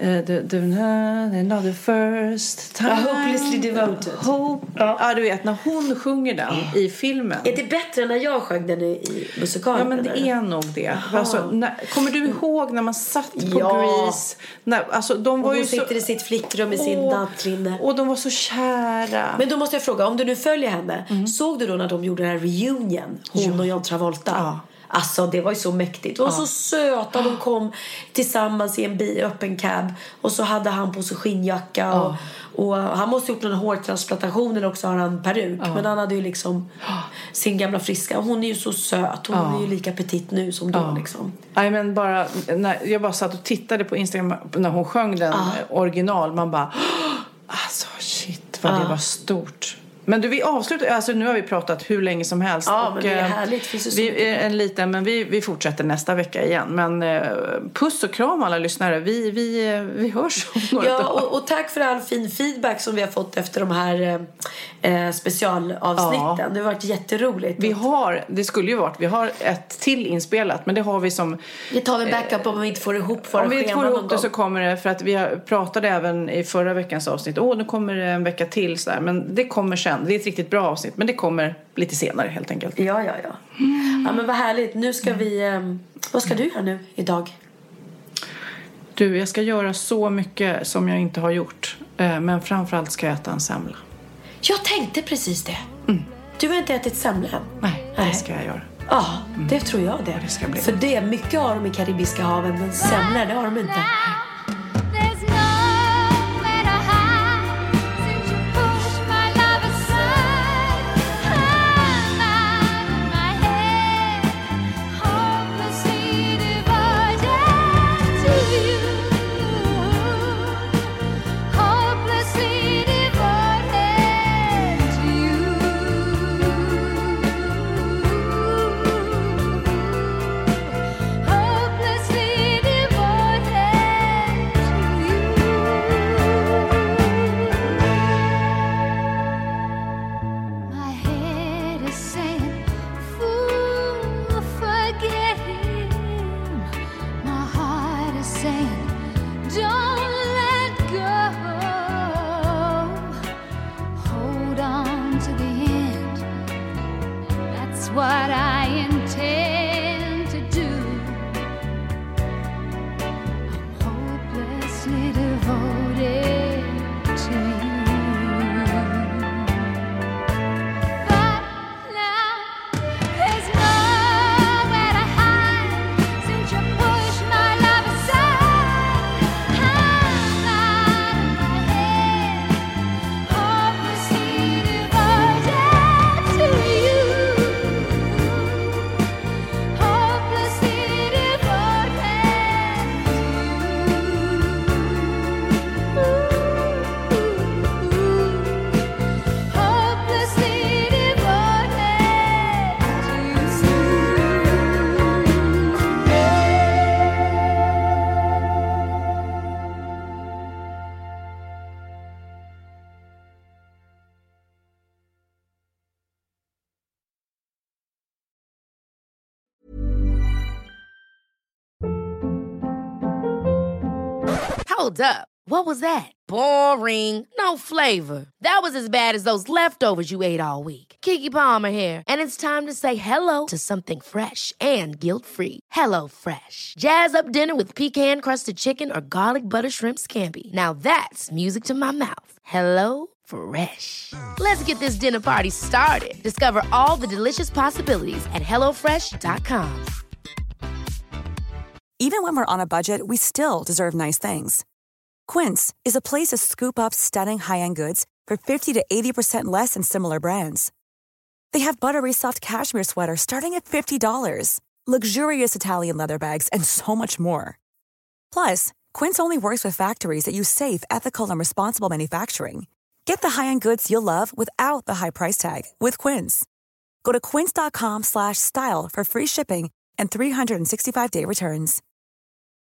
another first time. Hopelessly devoted. Ja, du vet, när hon sjunger den i filmen. Är det bättre än när jag sjöng den i musikalen? Ja, men det är nog det. Alltså, kommer du ihåg när man satt på Grease? Alltså, de var hon sitter i sitt flickrum i sin nattlinne. Och de var så kära. Men då måste jag fråga, om du nu följer henne, såg du då när de gjorde den här reunion? Hon och John Travolta. Ja. Alltså det var ju så mäktigt. De var så söta. De kom tillsammans i en öppen cab. Och så hade han på sig skinnjacka. Och han måste ha gjort en hårtransplantation. Eller också har han peruk. Men han hade ju liksom sin gamla friska. Hon är ju så söt. Hon är ju lika petit nu som då liksom. Nej, men bara jag bara satt och tittade på Instagram när hon sjöng den original. Man bara, alltså shit vad det var stort. Men vi avslutar, alltså nu har vi pratat hur länge som helst. Ja, och, men det är härligt. Finns det så vi är en liten, men vi fortsätter nästa vecka igen. Men puss och kram alla lyssnare. Vi hörs om några dagar. Och tack för all fin feedback som vi har fått efter de här specialavsnitten. Ja. Det har varit jätteroligt. Vi har ett till inspelat, men det har vi som... Vi tar en backup om vi inte får ihop våra scheman. Om vi inte får ihop det så kommer det, för att vi pratade även i förra veckans avsnitt. Nu kommer det en vecka till så där, men det kommer sen. Det är ett riktigt bra avsnitt, men det kommer lite senare helt enkelt. Ja. Ja, men vad härligt. Nu ska vi... vad ska du göra nu idag? Du, jag ska göra så mycket som jag inte har gjort. Men framförallt ska jag äta en semla. Jag tänkte precis det. Du har inte ätit semla än? Nej, det ska jag göra. Ja, det tror jag det. Det ska bli. För det är mycket av dem i Karibiska haven, men semlor, det har de inte. What I intend to do. I'm hopelessly devoted to you. But now there's nowhere to hide since you pushed my love aside. I'm out of my head, hopelessly devoted to you. Hold up. What was that? Boring. No flavor. That was as bad as those leftovers you ate all week. Keke Palmer here, and it's time to say hello to something fresh and guilt-free. Hello Fresh. Jazz up dinner with pecan-crusted chicken or garlic butter shrimp scampi. Now that's music to my mouth. Hello Fresh. Let's get this dinner party started. Discover all the delicious possibilities at hellofresh.com. Even when we're on a budget, we still deserve nice things. Quince is a place to scoop up stunning high-end goods for 50 to 80% less than similar brands. They have buttery soft cashmere sweaters starting at $50, luxurious Italian leather bags, and so much more. Plus, Quince only works with factories that use safe, ethical, and responsible manufacturing. Get the high-end goods you'll love without the high price tag with Quince. Go to quince.com/style for free shipping and 365-day returns.